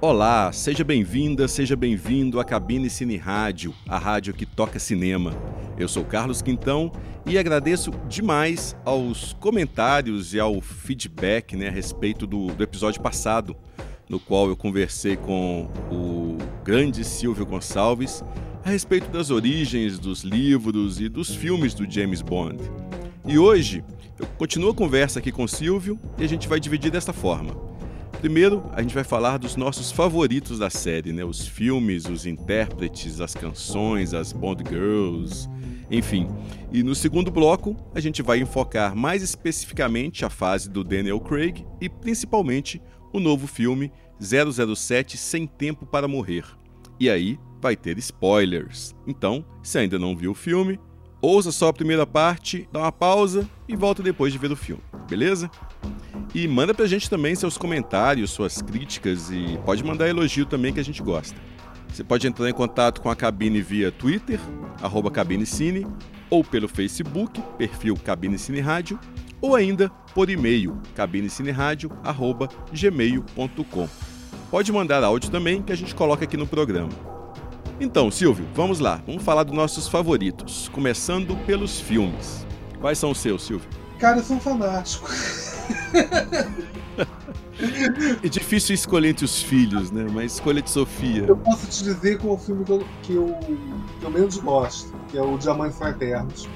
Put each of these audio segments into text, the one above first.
Olá, seja bem-vinda, seja bem-vindo à Cabine Cine Rádio, a rádio que toca cinema. Eu sou Carlos Quintão e agradeço demais aos comentários e ao feedback, a respeito do episódio passado, no qual eu conversei com o grande Silvio Gonçalves a respeito das origens dos livros e dos filmes do James Bond. E hoje eu continuo a conversa aqui com o Silvio e a gente vai dividir desta forma. Primeiro, a gente vai falar dos nossos favoritos da série, os filmes, os intérpretes, as canções, as Bond Girls, enfim. E no segundo bloco, a gente vai enfocar mais especificamente a fase do Daniel Craig e principalmente o novo filme 007 Sem Tempo para Morrer. E aí vai ter spoilers. Então, se ainda não viu o filme, ouça só a primeira parte, dá uma pausa e volta depois de ver o filme, beleza? E manda pra gente também seus comentários, suas críticas e pode mandar elogio também que a gente gosta. Você pode entrar em contato com a Cabine via Twitter, @CabineCine, ou pelo Facebook, perfil Cabine Cine Rádio, ou ainda por e-mail, cabinecineradio@gmail.com. Pode mandar áudio também que a gente coloca aqui no programa. Então, Silvio, vamos lá, vamos falar dos nossos favoritos, começando pelos filmes. Quais são os seus, Silvio? Cara, eu sou um fanático. É difícil escolher entre os filhos, mas escolha de Sofia. Eu posso te dizer qual é o filme que eu menos gosto, que é o Diamantes São Eternos.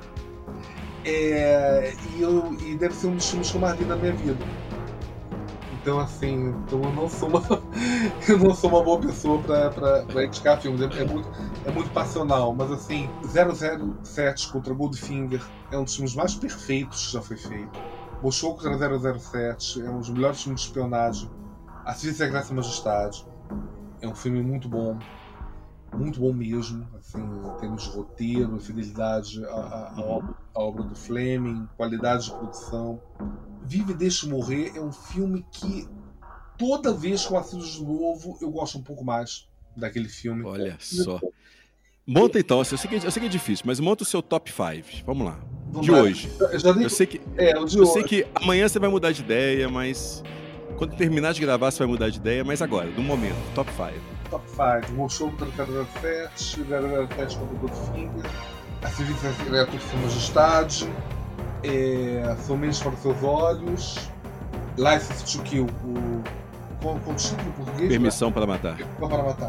E deve ser um dos filmes que eu mais vi na minha vida. Então, assim, eu não sou uma boa pessoa pra indicar filmes. É muito passional, mas assim, 007 contra Goldfinger é um dos filmes mais perfeitos que já foi feito. Moscou contra 007 é um dos melhores filmes de espionagem. A Serviço da Graça e Majestade é um filme muito bom mesmo, assim, em termos de roteiro, fidelidade à obra do Fleming, qualidade de produção. Vive e Deixe Morrer é um filme que toda vez que eu assisto de novo eu gosto um pouco mais daquele filme. Olha só. Monta então, eu sei que é difícil, mas monta o seu top 5. Vamos lá. Hoje. Eu sei que amanhã você vai mudar de ideia, mas quando terminar de gravar você vai mudar de ideia, mas agora, no momento, top 5. Top 5. Moscou contra 007, 007 contra Goldfinger, A Serviço da Graça e Majestade, Somente para os Seus Olhos, License to Kill, com título em português? Permissão para Matar. Para Matar.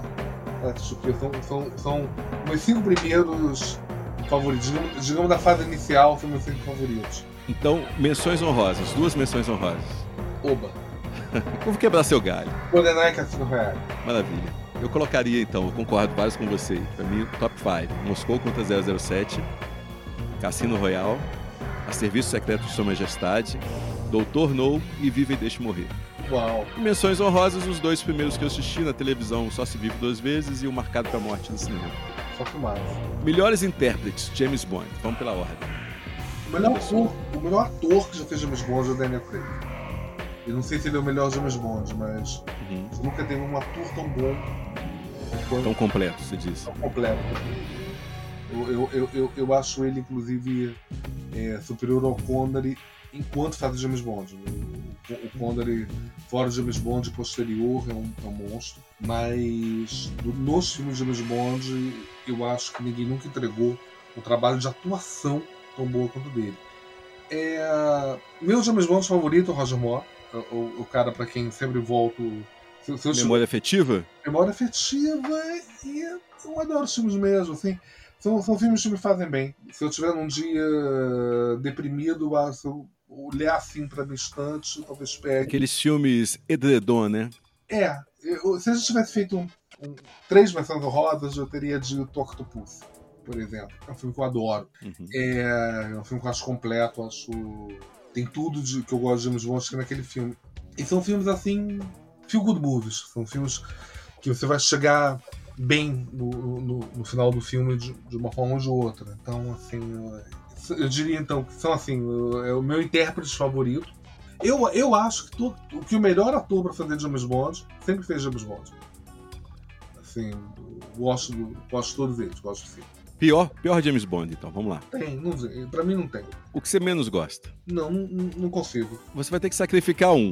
São meus 5 primeiros favoritos. Digamos da fase inicial, são meus 5 favoritos. Então, menções honrosas. 2 menções honrosas. Oba! Como quebrar seu galho? GoldenEye, Cassino Royale. Maravilha. Eu colocaria então, eu concordo vários com você. Para mim, top 5. Moscou contra 007, Cassino Royale, A Serviço Secreto de Sua Majestade, Doutor No e Vive e Deixe Morrer. Uau! Menções honrosas, os 2 primeiros que eu assisti na televisão, Só Se Vive 2 Vezes e O Marcado pra Morte no cinema. Só filmado. Melhores intérpretes, James Bond. Vamos pela ordem. O melhor ator que já fez James Bond é o Daniel Craig. Eu não sei se ele é o melhor James Bond, mas nunca teve um ator tão bom. Tão completo, você disse. Tão completo. Eu acho ele, inclusive, superior ao Connery enquanto faz o James Bond. O Connery, fora o James Bond posterior, é um monstro. Mas nos filmes de James Bond, eu acho que ninguém nunca entregou um trabalho de atuação tão bom quanto o dele. Meu James Bond favorito é o Roger Moore, o cara para quem sempre volto. Memória afetiva? Memória afetiva, e eu adoro os filmes mesmo, assim. São filmes que me fazem bem. Se eu estiver num dia deprimido, se eu olhar assim pra minha estante, talvez pegue. Aqueles filmes edredom, né? Se a gente tivesse feito 3 versões honrosas, eu teria de Octopus, por exemplo. É um filme que eu adoro. É um filme que eu acho completo, tem tudo que eu gosto de James Bond naquele filme. E são filmes assim, feel good movies. São filmes que você vai chegar bem no final do filme de uma forma ou de outra. Então, assim, eu diria então que são assim, é o meu intérprete favorito. Eu acho que o melhor ator para fazer James Bond sempre fez James Bond. Assim, gosto de todos eles, gosto do filme. Pior James Bond, então, vamos lá. Pra mim não tem. O que você menos gosta? Não consigo. Você vai ter que sacrificar um.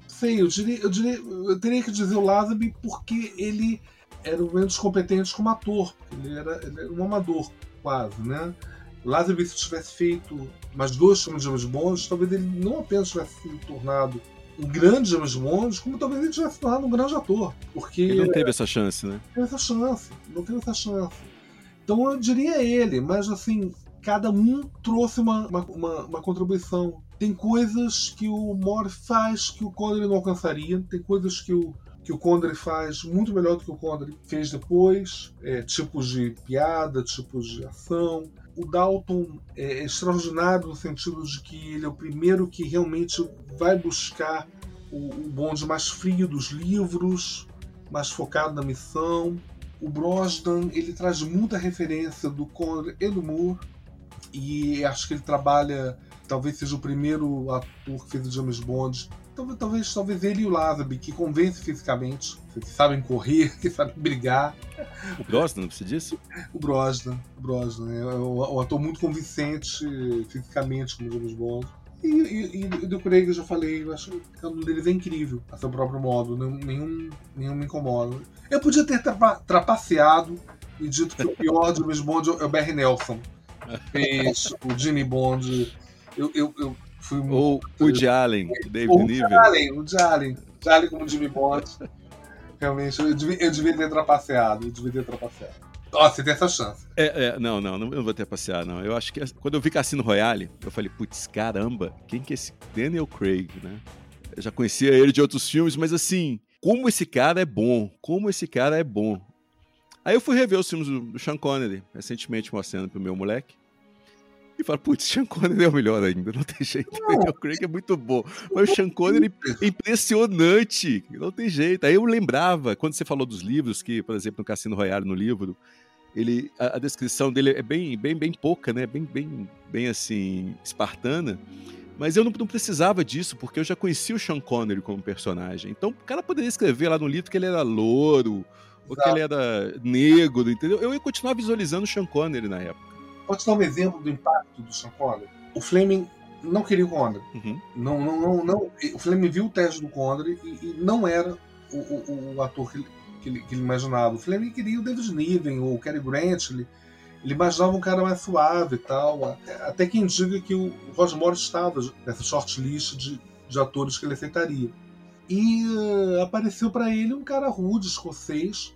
Sei, eu teria que dizer o Lazenby porque ele era um menos competente como ator. Ele era um amador, quase, né? O Lazenby, se tivesse feito mais 2 filmes de James Bond, talvez ele não apenas tivesse se tornado um grande James Bond, como talvez ele tivesse se tornado um grande ator. Porque ele não teve essa chance, né? Não teve essa chance. Então eu diria ele, mas assim, cada um trouxe uma contribuição. Tem coisas que o Moore faz que o Connery não alcançaria, tem coisas que o Connery faz muito melhor do que o Connery fez depois, tipos de piada, tipos de ação. O Dalton é extraordinário no sentido de que ele é o primeiro que realmente vai buscar o Bond mais frio dos livros, mais focado na missão. O Brosnan, ele traz muita referência do Connery e do Moore, e acho que ele trabalha, talvez seja o primeiro ator que fez o James Bond, talvez ele e o Lazenby, que convence fisicamente, que sabem correr, que sabem brigar. O Brosnan, você disse? O Brosnan é um ator muito convincente fisicamente como James Bond. E do Craig eu já falei, eu acho que cada um deles é incrível, a seu próprio modo, nenhum me incomoda. Eu podia ter trapaceado e dito que o pior de James Bond é o Barry Nelson. Fez o Jimmy Bond. Eu fui muito. Ou o Woody Allen, David Niven. O Woody Allen como Jimmy Bond. Realmente, eu devia ter trapaceado. Ó, você tem essa chance. Não, eu não vou ter passear, não. Eu acho que quando eu vi Cassino Royale, eu falei, putz, caramba, quem que é esse Daniel Craig, né? Eu já conhecia ele de outros filmes, mas assim, como esse cara é bom. Aí eu fui rever os filmes do Sean Connery, recentemente mostrando pro meu moleque. E falo, putz, Sean Connery é o melhor ainda, não tem jeito. O Daniel Craig é muito bom. Mas o Sean Connery é impressionante, não tem jeito. Aí eu lembrava, quando você falou dos livros, que, por exemplo, no Cassino Royale, no livro, a descrição dele é bem pouca, né? Bem assim, espartana. Mas eu não precisava disso, porque eu já conhecia o Sean Connery como personagem. Então o cara poderia escrever lá no livro que ele era louro, ou que ele era negro, entendeu? Eu ia continuar visualizando o Sean Connery na época. Pode dar um exemplo do impacto do Sean Connery? O Fleming não queria o Connery. Uhum. Não. O Fleming viu o teste do Connery e não era o ator que ele imaginava. O Fleming queria o David Niven ou o Cary Grant. Ele imaginava um cara mais suave e tal. Até quem diga que o Roger Moore estava nessa shortlist de atores que ele aceitaria. E apareceu para ele um cara rude, escocês,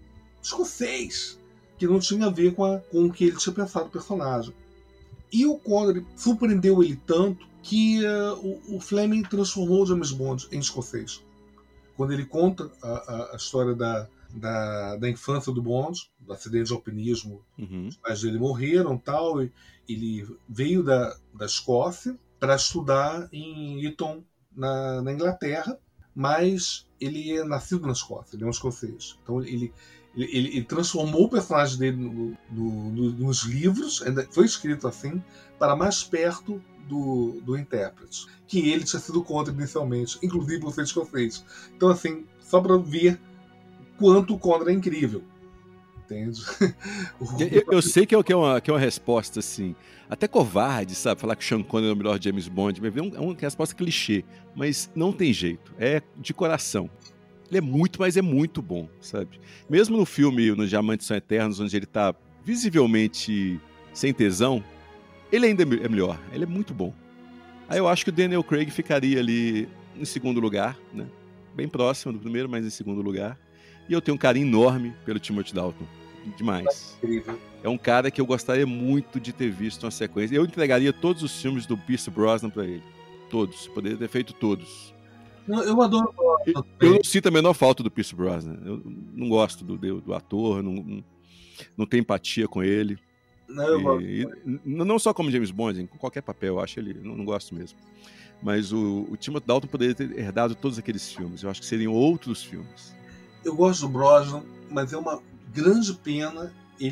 que não tinha a ver com o que ele tinha pensado no personagem. E o Connery surpreendeu ele tanto que o Fleming transformou o James Bond em escocês. Quando ele conta a história da infância do Bond, do acidente de alpinismo, os pais dele morreram, tal, e ele veio da Escócia para estudar em Eton, na Inglaterra, mas ele é nascido na Escócia, ele é um escocês. Então ele transformou o personagem dele nos livros, ainda foi escrito assim, para mais perto do intérprete, que ele tinha sido contra inicialmente, inclusive por ser escocês. Então, assim, só para ver quanto o Connery é incrível. Entende? Eu sei que é uma resposta, assim, até covarde, sabe? Falar que o Sean Connery é o melhor James Bond. É uma resposta clichê, mas não tem jeito. É de coração. Ele é muito, mas é muito bom, sabe? Mesmo no filme Nos Diamantes São Eternos, onde ele tá visivelmente sem tesão, ele ainda é melhor. Ele é muito bom. Aí eu acho que o Daniel Craig ficaria ali em segundo lugar, né? Bem próximo do primeiro, mas em segundo lugar. E eu tenho um carinho enorme pelo Timothy Dalton. Demais. É um cara que eu gostaria muito de ter visto uma sequência. Eu entregaria todos os filmes do Pierce Brosnan pra ele. Todos. Poderia ter feito todos. Eu adoro o Brosnan. Eu não sinto a menor falta do Pierce Brosnan. Eu não gosto do ator, não tenho empatia com ele. Não só como James Bond, em qualquer papel, eu acho ele. Não gosto mesmo. Mas o Timothy Dalton poderia ter herdado todos aqueles filmes. Eu acho que seriam outros filmes. Eu gosto do Brosnan, mas é uma grande pena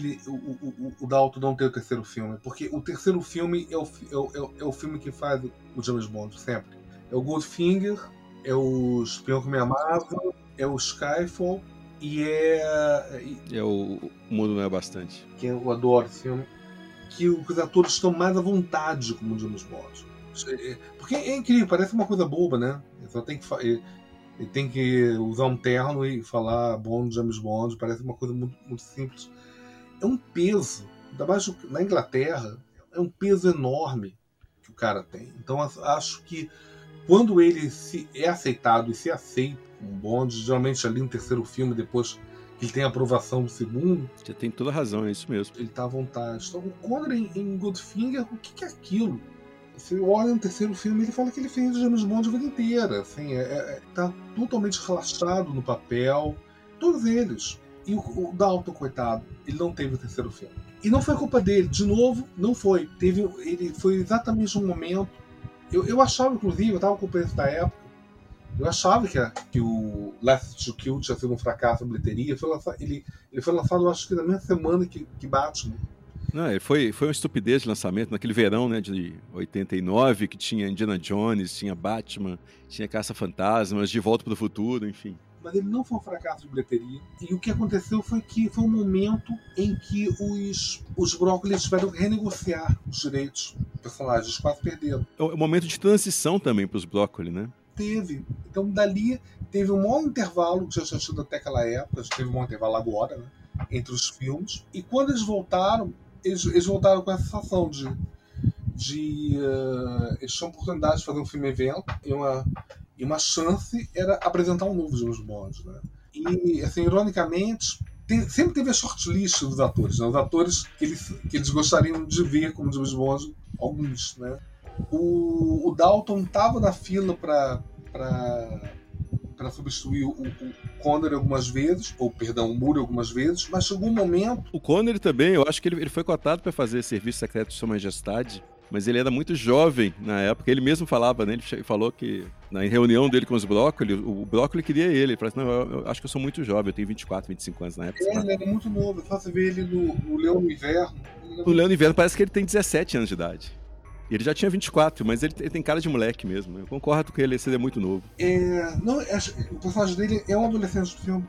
o Dalton não ter o terceiro filme, porque o terceiro filme é o filme que faz o James Bond sempre. É o Goldfinger, é o Espião que Me Amava, é o Skyfall e é o Mundo Não É Bastante. Que eu adoro esse filme, que os atores estão mais à vontade como James Bond. Porque é incrível, parece uma coisa boba, né? Só tem que ele tem que usar um terno e falar Bond, James Bond, parece uma coisa muito, muito simples. É um peso, ainda mais na Inglaterra, é um peso enorme que o cara tem. Então acho que quando ele é aceitado e se aceita um Bond, geralmente ali no terceiro filme, depois que ele tem a aprovação do segundo... Você tem toda a razão, é isso mesmo. Ele tá à vontade. Então o Connery em Goldfinger, o que é aquilo? Você olha no terceiro filme, ele fala que ele fez o James Bond a vida inteira. Assim, tá totalmente relaxado no papel. Todos eles. E o Dalton, coitado, ele não teve o terceiro filme. E não foi culpa dele. De novo, não foi. Ele foi exatamente um momento... Eu achava, inclusive, eu estava acompanhando essa época, eu achava que o Last to Kill tinha sido um fracasso na bilheteria. Ele foi lançado, eu acho que na mesma semana que Batman. Não, foi uma estupidez de lançamento, naquele verão, né, de 89, que tinha Indiana Jones, tinha Batman, tinha Caça-Fantasmas, De Volta para o Futuro, enfim. Mas ele não foi um fracasso de bilheteria. E o que aconteceu foi que foi um momento em que os Broccoli tiveram que renegociar os direitos dos personagens, quase perderam. É um momento de transição também para os Broccoli, né? Teve. Então, dali, teve um maior intervalo, que já tinha tido até aquela época, já teve um maior intervalo agora, né, entre os filmes. E quando eles voltaram, eles voltaram com essa sensação de eles tinham a oportunidade de fazer um filme-evento e uma chance era apresentar um novo James Bond, né? E, assim, ironicamente, sempre teve a shortlist dos atores, né? Os atores que eles gostariam de ver como James Bond, alguns, né? O Dalton estava na fila para substituir o Connery algumas vezes, ou perdão, o Moore algumas vezes, mas chegou um momento... O Connery também, eu acho que ele foi cotado para fazer Serviço Secreto de Sua Majestade, mas ele era muito jovem na época. Ele mesmo falava, né? Ele falou que na reunião dele com os Broccoli, o Broccoli queria ele. Ele falou assim, não, eu acho que eu sou muito jovem, eu tenho 24, 25 anos na época. Ele era muito novo, é só você ver ele no Leão no Inverno. No Leão no Inverno parece que ele tem 17 anos de idade. Ele já tinha 24, mas ele tem cara de moleque mesmo. Eu concordo com ele, ele é muito novo. O personagem dele é um adolescente do filme.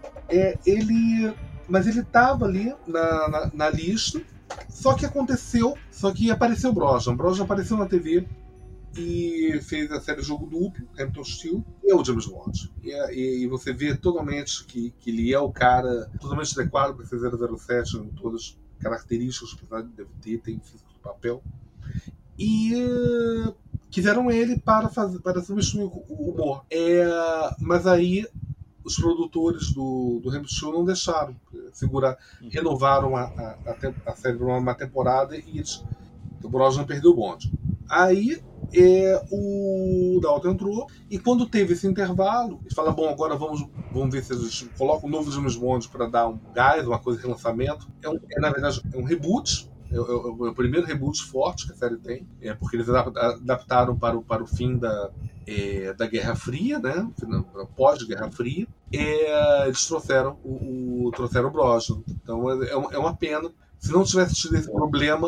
Mas ele estava ali na lista. Só que apareceu o Brosnan. O Brosnan apareceu na TV e fez a série Jogo Duplo, Hamilton Steel, e é o James Bond. E você vê totalmente que ele é o cara totalmente adequado para ser 007, em todas as características que o personagem deve ter, tem físico do papel. E quiseram ele para substituir o Moore. Mas aí os produtores do Hamilton Steel não deixaram segurar, renovaram a série por uma temporada e o Brosnan perdeu o bonde. Aí o Dalton entrou e quando teve esse intervalo, eles falaram, bom, agora vamos ver se eles colocam um novo James Bond para dar um gás, uma coisa de relançamento. Na verdade, é um reboot. É o primeiro reboot forte que a série tem, porque eles adaptaram para o fim da Guerra Fria, né? Pós-Guerra Fria. Eles trouxeram o Brosnan. Então é uma pena. Se não tivesse tido esse problema,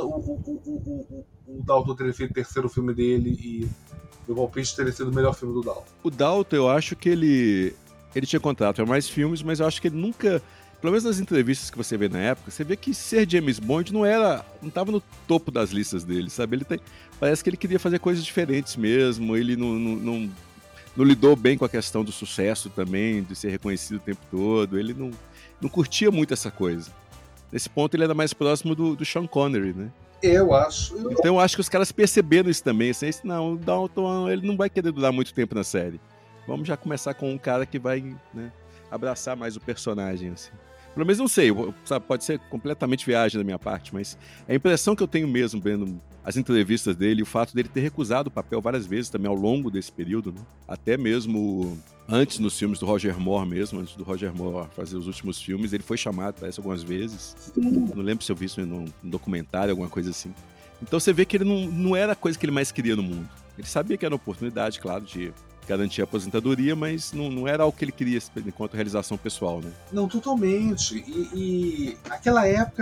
o Dalton teria feito o terceiro filme dele e o palpite teria sido o melhor filme do Dalton. O Dalton, eu acho que ele tinha contrato para mais filmes, mas eu acho que ele nunca... Pelo menos nas entrevistas que você vê na época, você vê que ser James Bond não estava no topo das listas dele, sabe? Parece que ele queria fazer coisas diferentes mesmo, ele não lidou bem com a questão do sucesso também, de ser reconhecido o tempo todo, ele não curtia muito essa coisa. Nesse ponto ele era mais próximo do Sean Connery, né? Eu acho. Então eu acho que os caras perceberam isso também, assim, não, o Dalton ele não vai querer durar muito tempo na série. Vamos já começar com um cara que vai, né, abraçar mais o personagem, assim. Pelo menos não sei, sabe, pode ser completamente viagem da minha parte, mas a impressão que eu tenho mesmo vendo as entrevistas dele, o fato dele ter recusado o papel várias vezes também ao longo desse período, né? Até mesmo antes nos filmes do Roger Moore mesmo, antes do Roger Moore fazer os últimos filmes, ele foi chamado, parece, algumas vezes. Não lembro se eu vi isso num documentário, alguma coisa assim. Então você vê que ele não era a coisa que ele mais queria no mundo. Ele sabia que era uma oportunidade, claro, de garantir a aposentadoria, mas não era algo que ele queria enquanto realização pessoal, né? Não, totalmente. E aquela época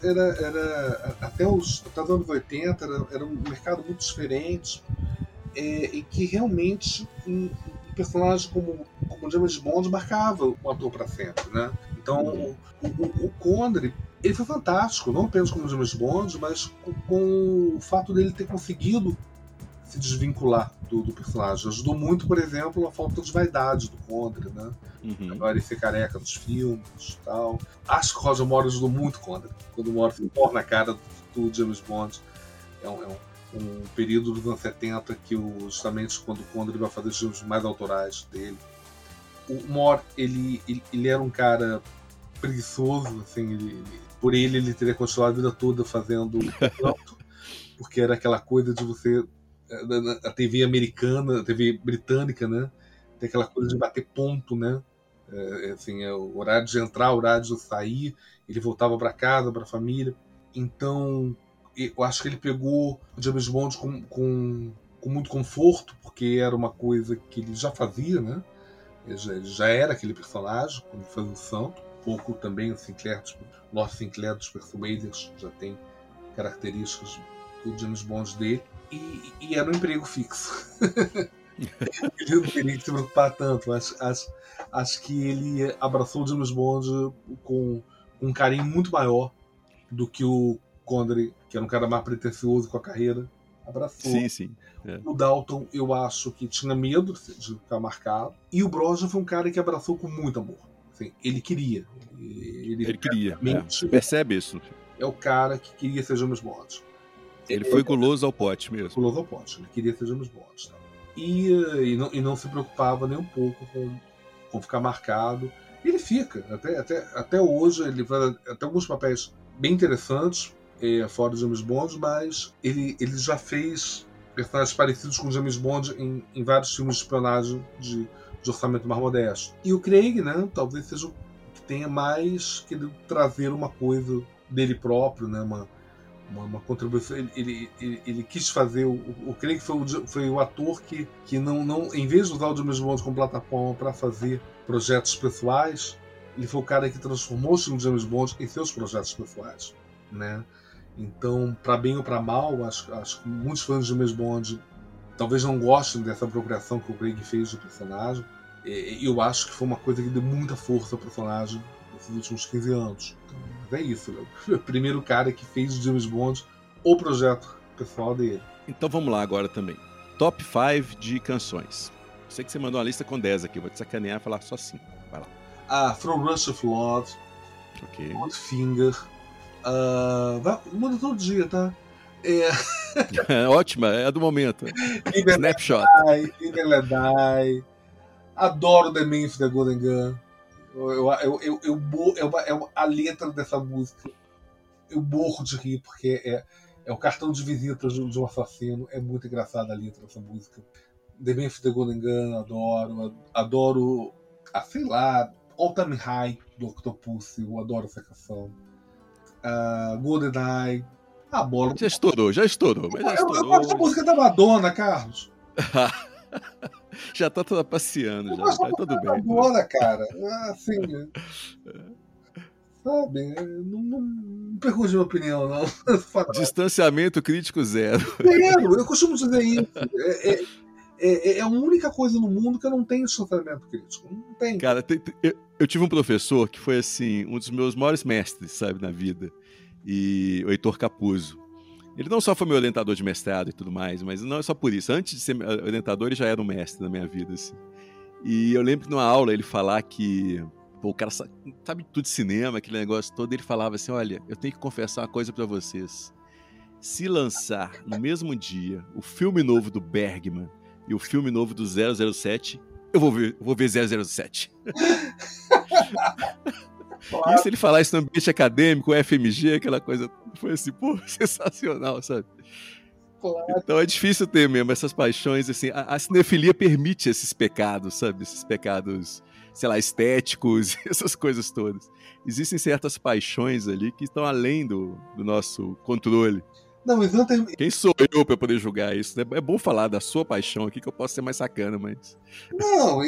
era até os anos 80, era um mercado muito diferente, e que realmente um personagem como James Bond marcava o ator para sempre, né? Então o Connery, ele foi fantástico, não apenas como James Bond, mas com o fato dele ter conseguido se desvincular do personagem. Ajudou muito, por exemplo, a falta de vaidade do Connery, né? Agora ele ser careca nos filmes e tal. Acho que o Roger Moore ajudou muito o Connery. Quando o Moore se torna a cara do James Bond. É um período dos anos 70 que justamente quando o Connery vai fazer os filmes mais autorais dele. O Moore, ele era um cara preguiçoso, assim, por ele teria continuado a vida toda fazendo canto, porque era aquela coisa de você, a TV americana, a TV britânica, né, tem aquela coisa de bater ponto, né, assim, o horário de entrar, o horário de sair, ele voltava para casa, para a família. Então eu acho que ele pegou o James Bond com muito conforto, porque era uma coisa que ele já fazia, né, ele já era aquele personagem quando fazia o santo. Pouco também o Sinclair, Lord Sinclair dos Persuaders já tem características do James Bond dele, e era um emprego fixo. Ele não teria que se preocupar tanto. Acho que ele abraçou o James Bond com um carinho muito maior do que o Connery, que era um cara mais pretencioso com a carreira, abraçou. Sim. O Dalton, eu acho que tinha medo de ficar marcado, e o Brosnan foi um cara que abraçou com muito amor. Assim, ele queria. Ele queria. Você percebe isso? É o cara que queria ser James Bond. Ele foi guloso ao pote mesmo. Guloso ao pote. Ele queria ser James Bond. Tá? E não se preocupava nem um pouco com ficar marcado. E ele fica. Até hoje, ele faz até alguns papéis bem interessantes fora do James Bond, mas ele já fez personagens parecidos com James Bond em vários filmes de espionagem de orçamento mais modesto. E o Craig, né, talvez seja o que tenha mais querido trazer uma coisa dele próprio, né, uma contribuição. Ele quis fazer. O Craig foi o ator que não, em vez de usar o James Bond como plataforma para fazer projetos pessoais, ele foi o cara que transformou o filme de James Bond em seus projetos pessoais, né? Então, para bem ou para mal, acho que muitos fãs de James Bond talvez não gostem dessa apropriação que o Craig fez do personagem. Eu acho que foi uma coisa que deu muita força ao personagem nesses últimos 15 anos. Então, mas é isso, né? Foi o primeiro cara que fez o James Bond o projeto pessoal dele. Então vamos lá agora também. Top 5 de canções. Sei que você mandou uma lista com 10 aqui, vou te sacanear e falar só 5. Vai lá. From Rush of Love, Goldfinger, muda todo dia, tá? Ótima, é a do momento. Snapshot. Die. Adoro The Man with the Golden Gun. A letra dessa música, eu morro de rir, porque é o cartão de visitas de um assassino. É muito engraçada a letra dessa música. The Man with the Golden Gun, adoro sei lá, All Time High do Octopus, eu adoro essa canção. GoldenEye, a bola. Já estourou. Eu gosto da música da Madonna, Carlos. Já tá toda passeando, já. Tá tudo bem. Madonna, cara. Assim, sabe? Não pergunte minha opinião, não. Distanciamento crítico zero. Eu costumo dizer isso. É a única coisa no mundo que eu não tenho distanciamento crítico. Não tem. Cara, eu tive um professor que foi, assim, um dos meus maiores mestres, sabe, na vida. E o Heitor Capuzzo. Ele não só foi meu orientador de mestrado e tudo mais, mas não é só por isso. Antes de ser orientador, ele já era um mestre na minha vida, assim. E eu lembro que numa aula ele falar que... Pô, o cara sabe tudo de cinema, aquele negócio todo. Ele falava assim, olha, eu tenho que confessar uma coisa pra vocês. Se lançar no mesmo dia o filme novo do Bergman e o filme novo do 007, eu vou ver 007. Claro. Isso ele falar isso no ambiente acadêmico, FMG, aquela coisa, foi assim, pô, sensacional, sabe? Claro. Então é difícil ter mesmo essas paixões, assim, a cinefilia permite esses pecados, sabe? Esses pecados, sei lá, estéticos, essas coisas todas. Existem certas paixões ali que estão além do nosso controle. Não, mas não tem... Quem sou eu para poder julgar isso? Né? É bom falar da sua paixão aqui, que eu posso ser mais sacana, mas... Não,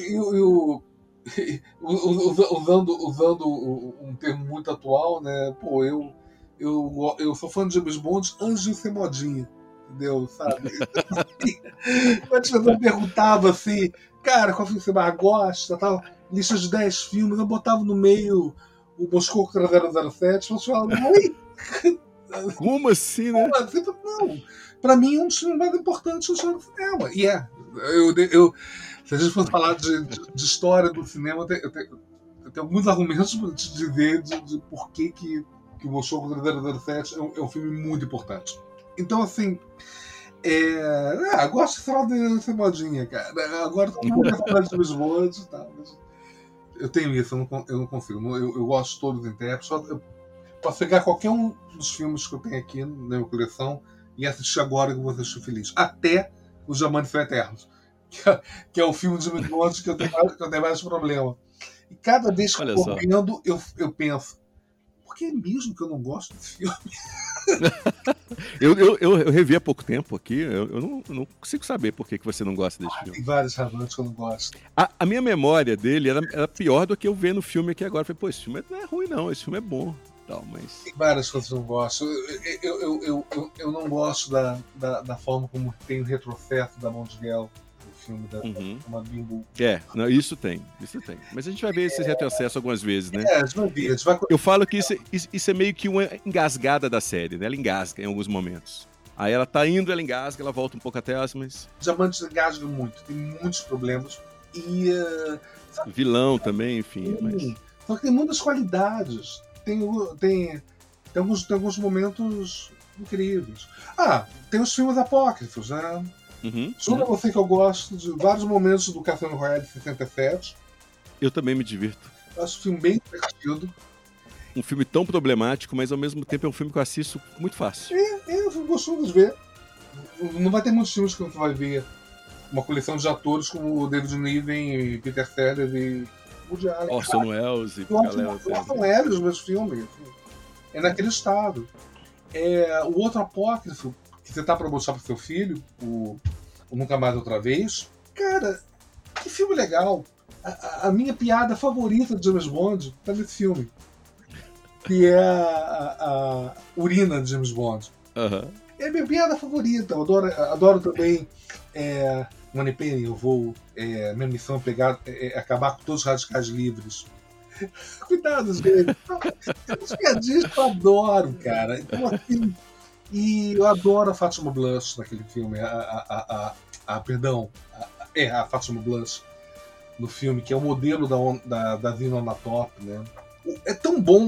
usando um termo muito atual, né? Pô, eu sou fã de James Bond antes de ser modinha, entendeu? Sabe? Quando as pessoas perguntavam assim, cara, qual filme você mais gosta? Tal, lista de 10 filmes, eu botava no meio o Moscou contra 007, eu falava, oi? Como assim, né? Não. Pra mim, é um dos filmes mais importantes da história do cinema. E é. Se a gente for falar de história do cinema, eu tenho alguns argumentos para te dizer de por que o Meu Show contra 007 é um filme muito importante. Então, assim, gosto de falar dessa modinha, cara. Agora todo mundo quer falar de James Bond e tal. Mas eu tenho isso, eu não consigo. Eu gosto de todos os intérpretes. Eu posso pegar qualquer um dos filmes que eu tenho aqui na minha coleção e assistir agora que eu vou assistir feliz. Até Os Diamantes São Eternos, que é o filme de James Bond que eu tenho mais problema. E cada vez que eu tô vendo, eu penso, por que mesmo que eu não gosto desse filme? Eu revi há pouco tempo aqui, eu não consigo saber por que você não gosta desse filme. Tem várias razões que eu não gosto. A minha memória dele era pior do que eu ver no filme aqui agora. Eu falei, pô, esse filme não é ruim não, esse filme é bom. Tal, mas... Tem várias coisas que eu não gosto. Eu não gosto da forma como tem o retrocesso da Mondiguel no filme da uma Bimbo. Não, isso tem. Mas a gente vai ver esse retrocesso algumas vezes, né? A gente vai ver. Eu falo que isso é meio que uma engasgada da série, né? Ela engasga em alguns momentos. Aí ela tá indo, ela engasga, ela volta um pouco atrás, mas... Diamantes engasga muito, tem muitos problemas. E... vilão também, enfim. Mas... Só que tem muitas qualidades. Tem alguns momentos incríveis. Tem os filmes apócrifos, né? Juro a você que eu gosto de vários momentos do Cassino Royale de 67. Eu também me divirto. Eu acho o filme bem divertido. Um filme tão problemático, mas ao mesmo tempo é um filme que eu assisto muito fácil. Eu gosto de ver. Não vai ter muitos filmes que você vai ver uma coleção de atores como o David Niven, Peter Sellers e Woody Allen. Orson Welles e galera. Orson Welles, os meus filmes. É naquele estado. O outro apócrifo que você tá pra mostrar pro seu filho, o Nunca Mais Outra Vez. Cara, que filme legal. A minha piada favorita de James Bond tá nesse filme. Que é a urina de James Bond. É a minha piada favorita. Eu adoro também Moneypenny, eu vou. Minha missão é acabar com todos os radicais livres. Cuidado, gente. Os piadinhas que eu adoro, cara. Então, assim, e eu adoro a Fátima Blush naquele filme. A Fátima Blush no filme, que é o modelo da Zina na Top, né? É tão bom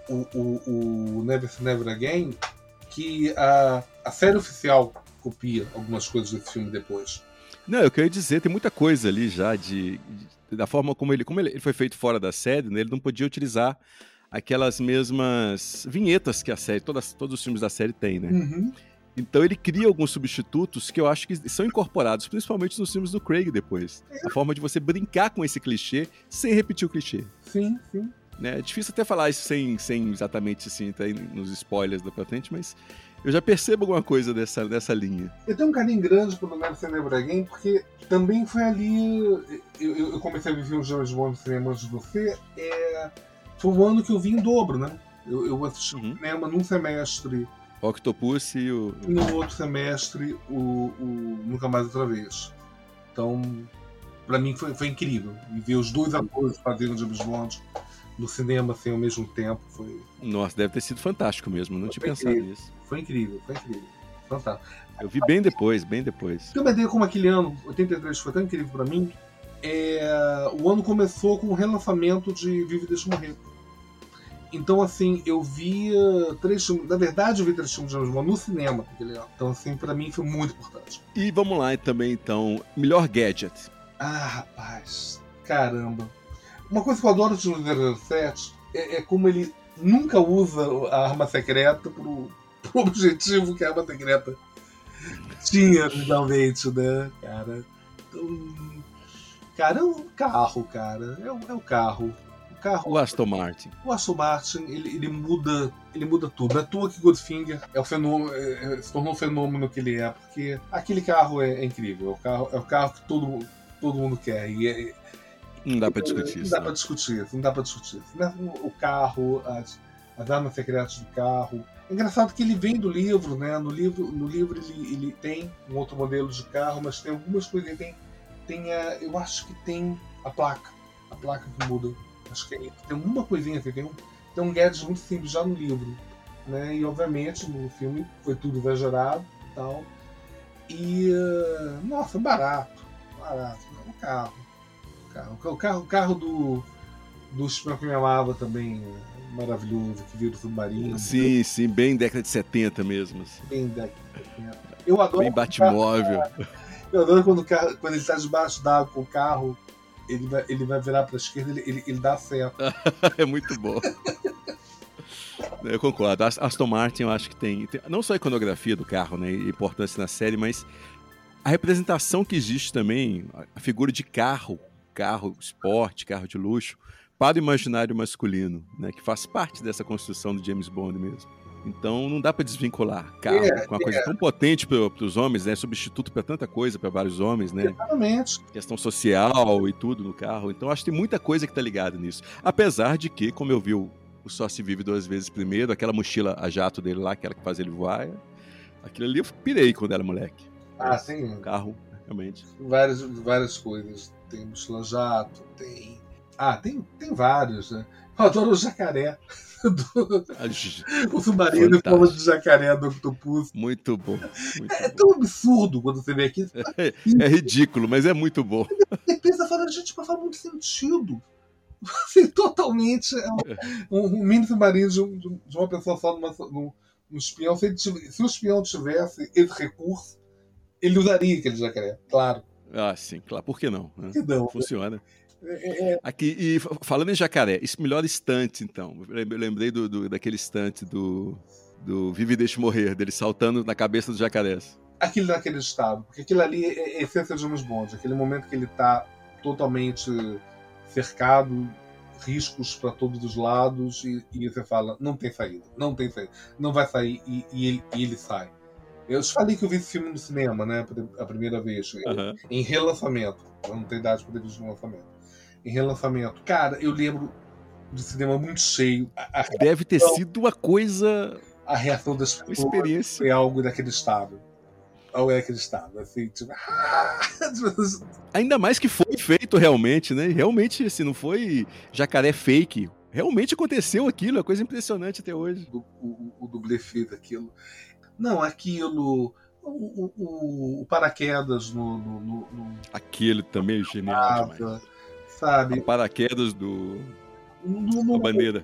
o Never Say Never Again que a série oficial copia algumas coisas desse filme depois. Não, eu queria dizer, tem muita coisa ali já da forma como ele foi feito fora da série, né? Ele não podia utilizar aquelas mesmas vinhetas que a série, todos os filmes da série têm, né? Então ele cria alguns substitutos que eu acho que são incorporados, principalmente nos filmes do Craig depois. A forma de você brincar com esse clichê sem repetir o clichê. Sim. Né? É difícil até falar isso sem exatamente assim, tá aí nos spoilers da patente, mas eu já percebo alguma coisa dessa linha. Eu tenho um carinho grande pelo Never Say Never Again, porque também foi ali... Eu comecei a viver o James Bond no cinema antes de você. Foi um ano que eu vi em dobro, né? Eu assisti o cinema num semestre... O Octopus e o... No outro semestre, o Nunca Mais Outra Vez. Então, pra mim foi incrível. E ver os dois atores fazendo James Bond no cinema assim, ao mesmo tempo foi... Nossa, deve ter sido fantástico mesmo, não tinha pensado nisso. Foi incrível. Fantástico. Eu vi bem depois. Eu me dei como aquele ano, 83, foi tão incrível pra mim. O ano começou com o relançamento de Vive e Deixa Morrer. Então, assim, eu via 3 filmes. Na verdade, eu vi 3 filmes de James Bond no cinema. Então, assim, pra mim foi muito importante. E vamos lá também, então. Melhor gadget. Rapaz. Caramba. Uma coisa que eu adoro do 007 é como ele nunca usa a arma secreta pro objetivo que a arma secreta tinha originalmente, né, cara? Então, cara, é o carro, cara. É o carro. O Aston Martin. O Aston Martin, ele muda tudo. Não é à toa que Goldfinger se tornou o fenômeno que ele é, porque aquele carro é incrível. É o carro que todo mundo quer. Não dá pra discutir isso. Não dá pra discutir. O carro, as armas secretas do carro. É engraçado que ele vem do livro, né? No livro ele tem um outro modelo de carro, mas tem algumas coisas. Eu acho que tem a placa que muda. Acho que tem uma coisinha assim, tem um gadget muito simples já no livro. né? E obviamente no filme foi tudo exagerado e tal. E nossa, barato. O carro do Espião que Me Amava também, maravilhoso, que vira o submarino. Sim, bem década de 70 mesmo. Assim. Bem década de 70. Eu adoro. Bem Batmóvel. Eu adoro quando ele está debaixo d'água com o carro, ele vai virar para a esquerda, ele dá certo. É muito bom. Eu concordo. Aston Martin, eu acho que tem não só a iconografia do carro, né, e importância na série, mas a representação que existe também, a figura de carro esporte, carro de luxo, para o imaginário masculino, né, que faz parte dessa construção do James Bond mesmo. Então não dá para desvincular carro com uma coisa tão potente para os homens, né, substituto para tanta coisa para vários homens, né? Exatamente. Questão social e tudo no carro. Então acho que tem muita coisa que está ligada nisso. Apesar de que, como eu vi o Só Se Vive Duas Vezes primeiro, aquela mochila a jato dele lá, aquela que faz ele voar, aquilo ali eu pirei quando era moleque. Sim. Carro, realmente. Várias coisas. Tem mochila jato, tem vários, né? Eu adoro o jacaré. O submarino em forma de jacaré do Octopus. Muito bom. Tão absurdo quando você vê aqui. É ridículo, mas é muito bom. Você pensa, gente, mas faz muito sentido. Assim, totalmente um mini submarino de uma pessoa só num espião. Se o espião tivesse esse recurso, ele usaria aquele jacaré, claro. Sim, claro. Por que não? Né? Que não. Funciona. Aqui, e falando em jacaré, esse melhor estante, então. Eu lembrei daquele estante do Vive e Deixe Morrer, dele saltando na cabeça dos jacarés. Aquilo naquele estado, porque aquilo ali é a essência de James Bond, aquele momento que ele está totalmente cercado, riscos para todos os lados, e você fala, não tem saída, não vai sair, e ele sai. Eu te falei que eu vi esse filme no cinema, né, a primeira vez, em relançamento. Eu não tenho idade para ter visto no lançamento. Em relançamento. Cara, eu lembro do cinema muito cheio. Deve ter sido uma coisa... A reação das pessoas experiência. Foi algo daquele estado. Algo daquele estado. Assim, tipo... Ainda mais que foi feito realmente, né? Realmente, assim, não foi jacaré fake. Realmente aconteceu aquilo, é coisa impressionante até hoje. O dublê fez aquilo. Não, aquilo... O paraquedas no... Aquele também é genial demais. Sabe? O paraquedas a bandeira.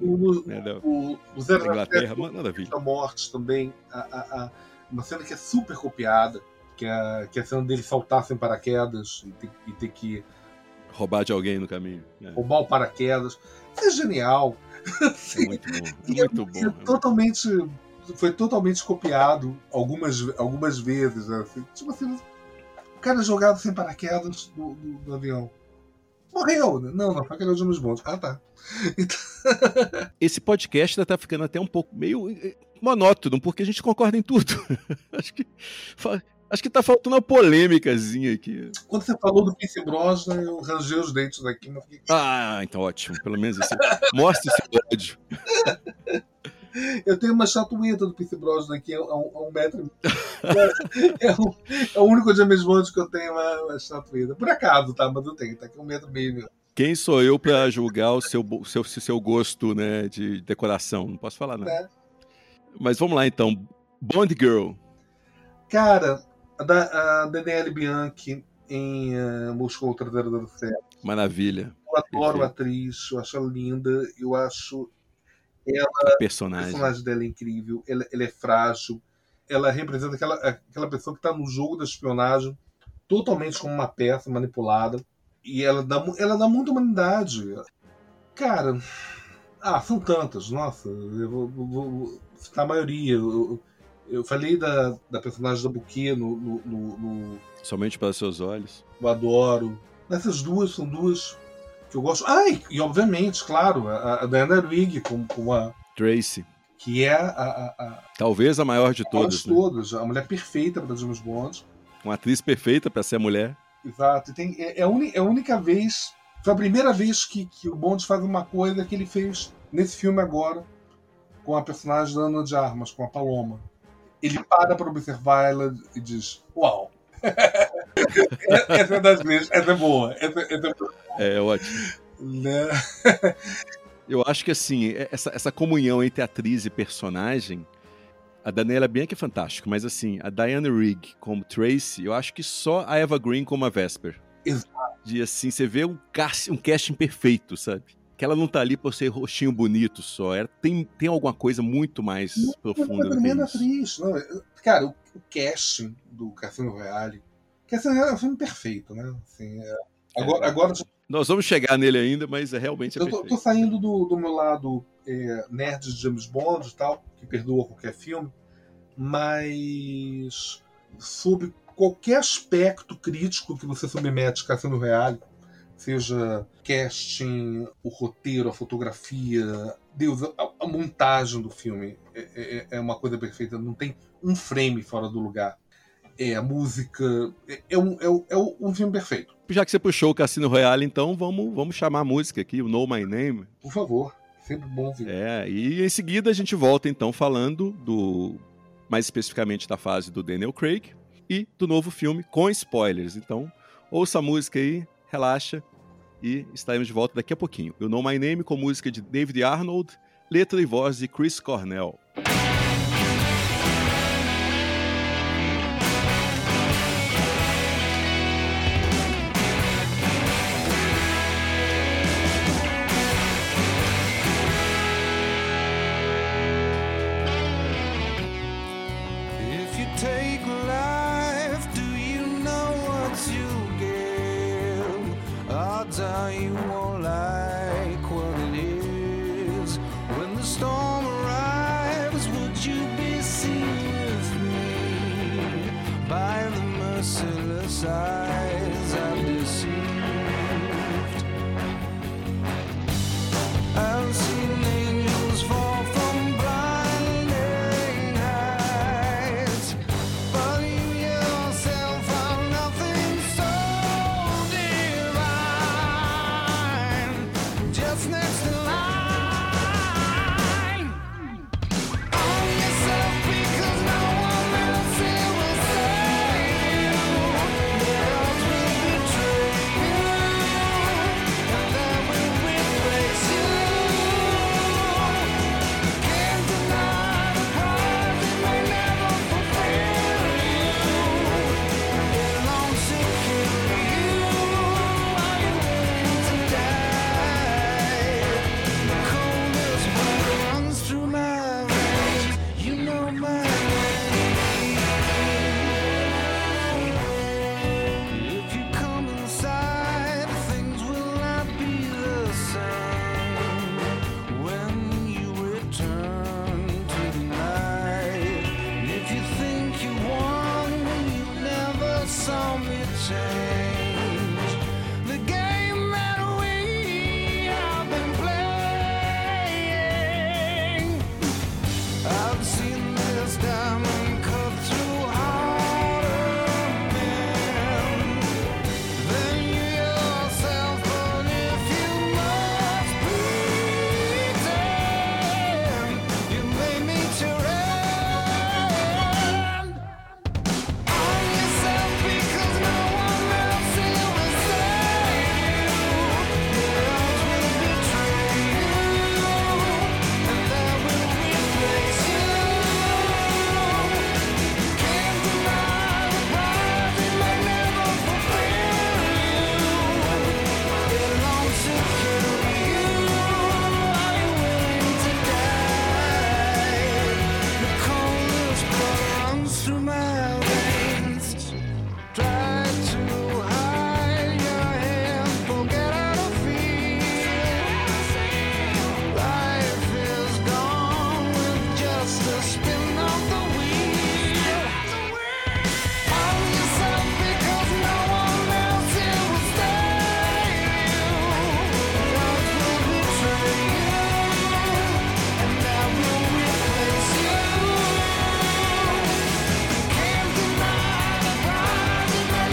O Zero Inglaterra, maravilha. A morte também. Uma cena que é super copiada, que é a cena dele saltar sem paraquedas e ter que roubar de alguém no caminho. Roubar o paraquedas. Isso é genial. É muito bom. Muito bom. Foi totalmente copiado algumas vezes. Assim. Tipo assim, o cara jogado sem paraquedas do avião. Morreu! Não, foi aquele James Bond. Ah, tá. Então... Esse podcast ainda tá ficando até um pouco meio monótono, porque a gente concorda em tudo. Acho que tá faltando uma polêmicazinha aqui. Quando você falou do Pierce Brosnan, eu rangei os dentes daqui. Mas fiquei... então ótimo. Pelo menos isso. Mostre esse ódio. Eu tenho uma estatueta do Pierce Brosnan aqui, é 1 metro. É o único James Bond que eu tenho uma estatueta. Por acaso, tá? Mas eu tenho, tá aqui 1,5 metros. Quem sou eu pra julgar o seu gosto, né, de decoração? Não posso falar nada. Mas vamos lá, então. Bond Girl. Cara, a Danielle Bianchi em Moscou 3007. Maravilha. Eu adoro a atriz, eu acho ela linda, eu acho... A personagem. A personagem dela é incrível, ela é frágil, ela representa aquela pessoa que está no jogo da espionagem totalmente como uma peça manipulada, e ela dá muita humanidade. Cara, são tantas, nossa, eu vou citar a maioria. Eu falei da personagem da Bouquet no Somente para seus olhos. Eu adoro. Essas duas são duas que eu gosto. E obviamente, claro, a Diana Rigg com a Tracy, que é talvez a maior de todas. A mulher perfeita para James Bond. Uma atriz perfeita para ser mulher. Exato. É a única vez, foi a primeira vez que o Bond faz uma coisa que ele fez nesse filme agora com a personagem da Ana de Armas, com a Paloma. Ele para observar ela e diz: uau! Essa é das vezes, essa é boa. Essa é boa. É ótimo. Né? Eu acho que, assim, essa comunhão entre atriz e personagem, a Daniela Bianchi é fantástica, mas, assim, a Diana Rigg como Tracy, eu acho que só a Eva Green como a Vesper. Exato. De, assim, você vê um casting perfeito, sabe? Que ela não tá ali por ser rostinho bonito só. Tem alguma coisa muito mais profunda do que isso. Atriz. Não, cara, o casting do Cassino Royale... Cassino Royale é um filme perfeito, né? Assim, agora nós vamos chegar nele ainda, mas realmente é perfeito. Eu tô saindo do meu lado nerd de James Bond e tal, que perdoa qualquer filme, mas sob qualquer aspecto crítico que você submete Cassino Royale, seja casting, o roteiro, a fotografia, Deus, a montagem do filme é uma coisa perfeita, não tem um frame fora do lugar. A música, é um filme perfeito. Já que você puxou o Cassino Royale, então vamos chamar a música aqui, o Know My Name. Por favor, sempre bom ouvir. E em seguida a gente volta então falando mais especificamente da fase do Daniel Craig e do novo filme com spoilers. Então, ouça a música aí, relaxa e estaremos de volta daqui a pouquinho. O Know My Name com música de David Arnold, letra e voz de Chris Cornell. You won't like what it is. When the storm arrives, would you be seen with me by the merciless eyes I've deceived? I've seen angels fall from blinding heights, but you yourself are nothing so divine. Just next in line on yourself, because no one else here will save you. Their hearts will betray you, and they will replace you. Can't deny the prize, it may never fulfill you. It won't secure you. Are you willing to die? The coldest blood runs through my veins. You know my name. If you come inside, things will not be the same. When you return to the night, and if you think you won, you never saw me change. The game that we have been playing, I've seen this diamond cut through harder men than you yourself. But if you must pretend, you may meet your end. On yourself, because no one else here will save you. Their hearts will betray you, and they will replace you. Can't deny the prize, it may never fulfill you. It won't secure you. Are you willing to die? The coldest blood runs through my veins. Try to hide your hand, forget how to feel. Life is gone with just a spin of the wheel. On yourself, because no one else here will save you. Gods will betray you, and I will replace you. Can't deny the prize, it may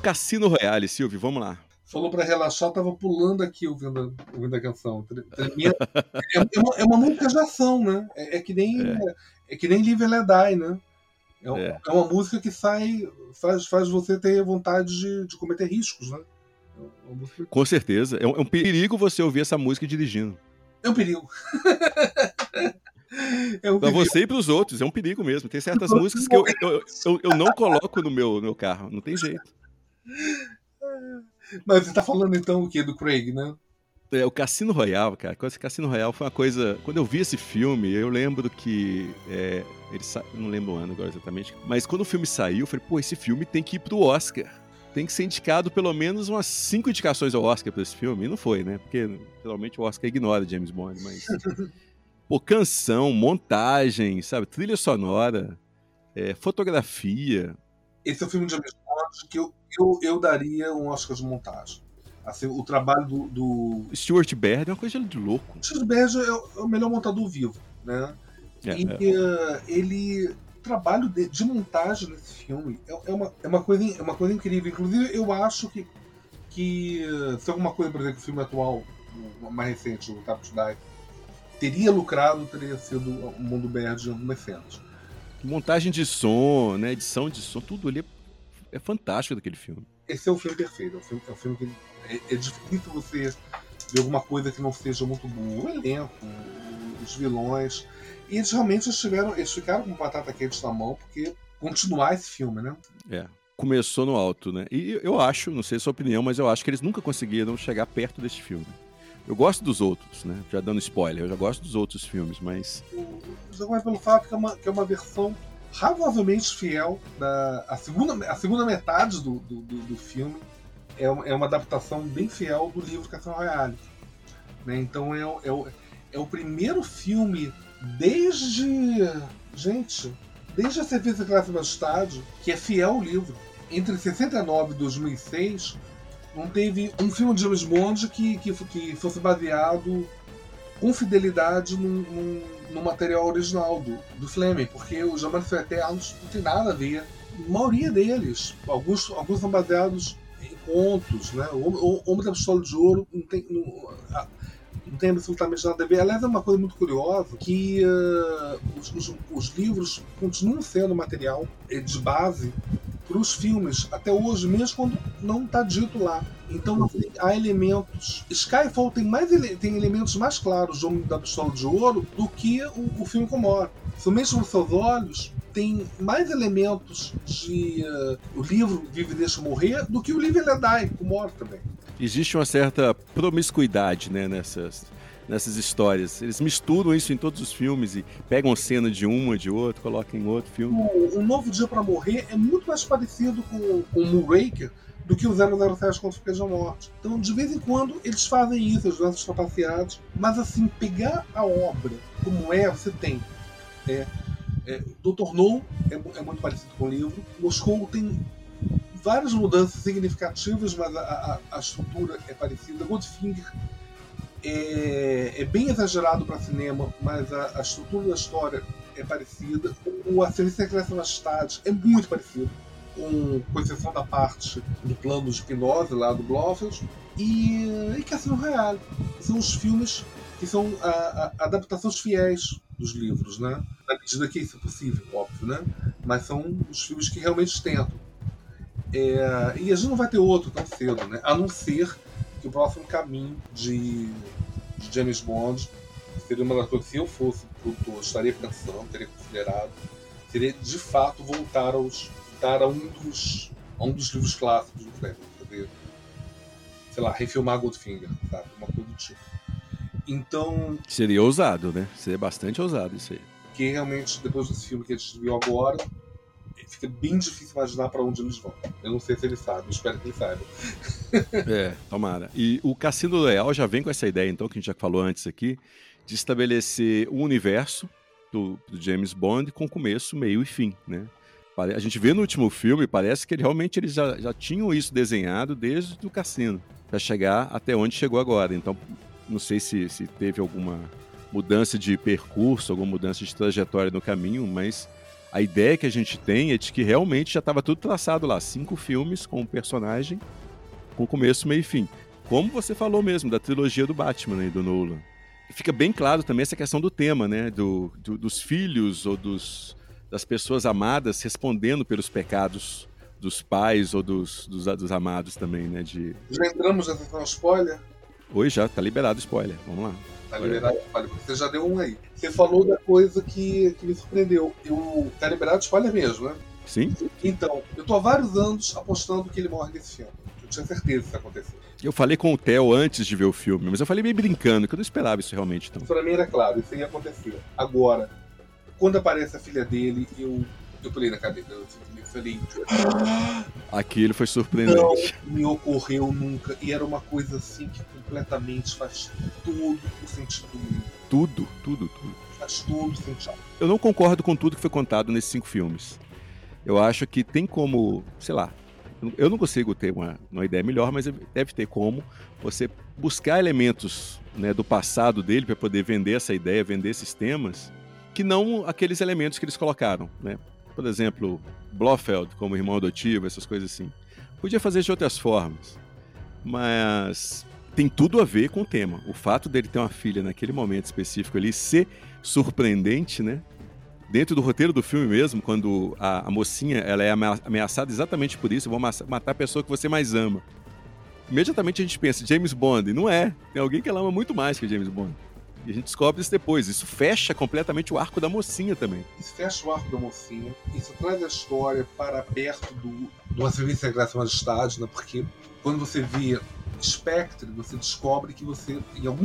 Cassino Royale, Silvio, vamos lá. Falou pra relaxar, eu tava pulando aqui ouvindo a canção. É uma música de ação, né? É que nem Live and Let Die, né? É uma música que faz você ter vontade de cometer riscos, né? É uma música... Com certeza. É um perigo você ouvir essa música dirigindo. É um perigo. Pra você e pros outros, é um perigo mesmo. Tem certas músicas que eu não coloco no meu carro, não tem jeito. Mas você tá falando então o quê? Do Craig, né? O Cassino Royale, cara. Esse Cassino Royale foi uma coisa... Quando eu vi esse filme, eu lembro que... não lembro o ano agora exatamente. Mas quando o filme saiu, eu falei, pô, esse filme tem que ir pro Oscar. Tem que ser indicado pelo menos umas 5 indicações ao Oscar pra esse filme. E não foi, né? Porque geralmente o Oscar ignora James Bond, mas... Pô, canção, montagem, sabe? Trilha sonora, fotografia. Esse é o filme de James Bond que eu daria um Oscar de montagem. Assim, o trabalho do... Stuart Baird é uma coisa de louco. Stuart Baird é o melhor montador vivo, né? Ele... O trabalho de montagem nesse filme é uma coisa incrível. Inclusive, eu acho que se alguma coisa, por exemplo, o filme atual, o mais recente, o Time to Die, teria lucrado, teria sido o Mundo Baird em algumas cenas. Montagem de som, né? Edição de som, tudo ali é fantástico daquele filme. Esse é o filme perfeito. É um filme que é difícil você ver alguma coisa que não seja muito boa. O elenco, os vilões. E eles realmente ficaram com batata quente na mão, porque continuar esse filme, né? Começou no alto, né? E eu acho, não sei a sua opinião, mas eu acho que eles nunca conseguiram chegar perto desse filme. Eu gosto dos outros, né? Já dando spoiler, eu já gosto dos outros filmes, mas... Já mais pelo fato que é uma versão razoavelmente fiel a segunda metade do filme é uma adaptação bem fiel do livro Cassino Royale, né? Então é o primeiro filme desde a Serviço Secreto do Estado que é fiel ao livro. Entre 69 e 2006 não teve um filme de James Bond que fosse baseado com fidelidade no material original do Fleming, porque os Amantes Eternos não tem nada a ver. A maioria deles, alguns são baseados em contos, né? O Homem da Pistola de Ouro não tem absolutamente nada a ver. Aliás, é uma coisa muito curiosa que os livros continuam sendo material de base para os filmes até hoje, mesmo quando não está dito lá. Então há elementos. Skyfall tem elementos mais claros de Homem da Pistola de Ouro do que o filme Comora. Somente nos seus olhos tem mais elementos de o livro Vive e Deixa Morrer do que o Live and Let Die, Comora também. Existe uma certa promiscuidade, né, nessas histórias. Eles misturam isso em todos os filmes e pegam cena de uma, de outro, colocam em outro filme. O Novo Dia para Morrer é muito mais parecido com o Moonraker do que o 007 contra o Pequeno da Morte. Então, de vez em quando, eles fazem isso, os nossos trapaceados. Mas, assim, pegar a obra como você tem. Dr. No é muito parecido com o livro. Moscou tem várias mudanças significativas, mas a estrutura é parecida. Goldfinger é bem exagerado para cinema, mas a estrutura da história é parecida. O Serviço Secreto da Majestade é muito parecido, com exceção da parte do plano de hipnose lá do Blofeld e Cassino Royale. São os filmes que são adaptações fiéis dos livros, né? Na medida que isso é possível, óbvio, né? Mas são os filmes que realmente tentam. E a gente não vai ter outro tão cedo, né? A não ser que o próximo caminho de James Bond seria uma das coisas, se eu fosse produtor, estaria pensando, teria considerado, seria de fato voltar a um dos livros clássicos do Fleming, fazer, sei lá, refilmar Goldfinger, sabe? Uma coisa do tipo. Então... Seria ousado, né? Seria bastante ousado isso aí. Porque realmente, depois desse filme que a gente viu agora, fica bem difícil imaginar para onde eles vão. Eu não sei se eles sabem, eu espero que eles saibam. Tomara. E o Cassino Royale já vem com essa ideia, então, que a gente já falou antes aqui, de estabelecer um universo do James Bond com começo, meio e fim, né? A gente vê no último filme, parece que realmente eles já tinham isso desenhado desde o Cassino, para chegar até onde chegou agora. Então, não sei se teve alguma mudança de percurso, alguma mudança de trajetória no caminho, mas A ideia que a gente tem é de que realmente já estava tudo traçado lá, 5 filmes com o personagem, com começo, meio e fim. Como você falou mesmo, da trilogia do Batman, né, do Nolan. E fica bem claro também essa questão do tema, né, dos filhos ou das pessoas amadas respondendo pelos pecados dos pais ou dos amados também, né, Já entramos na sessão spoiler? Oi, já, tá liberado o spoiler, vamos lá. Tá liberado spoiler, você já deu um aí. Você falou da coisa que me surpreendeu. Tá liberado spoiler mesmo, né? Sim? Então, eu tô há vários anos apostando que ele morre nesse filme. Eu tinha certeza que isso ia acontecer. Eu falei com o Theo antes de ver o filme, mas eu falei meio brincando, que eu não esperava isso realmente. Então. Pra mim era claro, isso ia acontecer. Agora, quando aparece a filha dele, eu pulei na cadeira. Eu falei... Aquilo foi surpreendente. Não me ocorreu nunca. E era uma coisa assim que completamente faz todo o sentido do mundo. Tudo. Faz todo o sentido. Eu não concordo com tudo que foi contado nesses 5 filmes. Eu acho que tem como, sei lá, eu não consigo ter uma ideia melhor, mas deve ter como você buscar elementos, né, do passado dele para poder vender essa ideia, vender esses temas, que não aqueles elementos que eles colocaram, né? Por exemplo, Blofeld como irmão adotivo, essas coisas assim. Podia fazer de outras formas, mas tem tudo a ver com o tema. O fato dele ter uma filha naquele momento específico ali ser surpreendente, né? Dentro do roteiro do filme mesmo, quando a mocinha ela é ameaçada exatamente por isso, vão matar a pessoa que você mais ama. Imediatamente a gente pensa, James Bond. Não é. Tem alguém que ela ama muito mais que James Bond. E a gente descobre isso depois. Isso fecha completamente o arco da mocinha também. Isso fecha o arco da mocinha. Isso traz a história para perto do A Serviço da Graça e Majestade, né? Porque quando você vê Spectre, você descobre que você,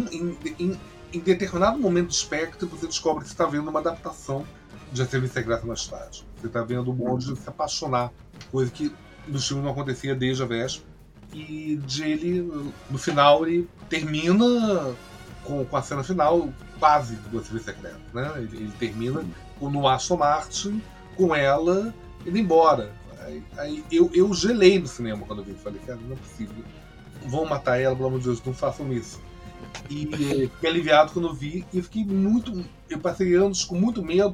em determinado momento do Spectre, você descobre que você está vendo uma adaptação de A Serviço da Graça e Majestade. Você está vendo o Bond se apaixonar, coisa que no filme não acontecia desde a véspera. E de ele, no final, ele termina com a cena final quase do Serviço Secreto, né? Ele termina no Aston Martin com ela indo embora. Aí eu gelei no cinema quando eu vi. Falei, cara, não é possível. Vão matar ela, pelo amor de Deus, não façam isso. E fiquei aliviado quando eu vi. E eu passei anos com muito medo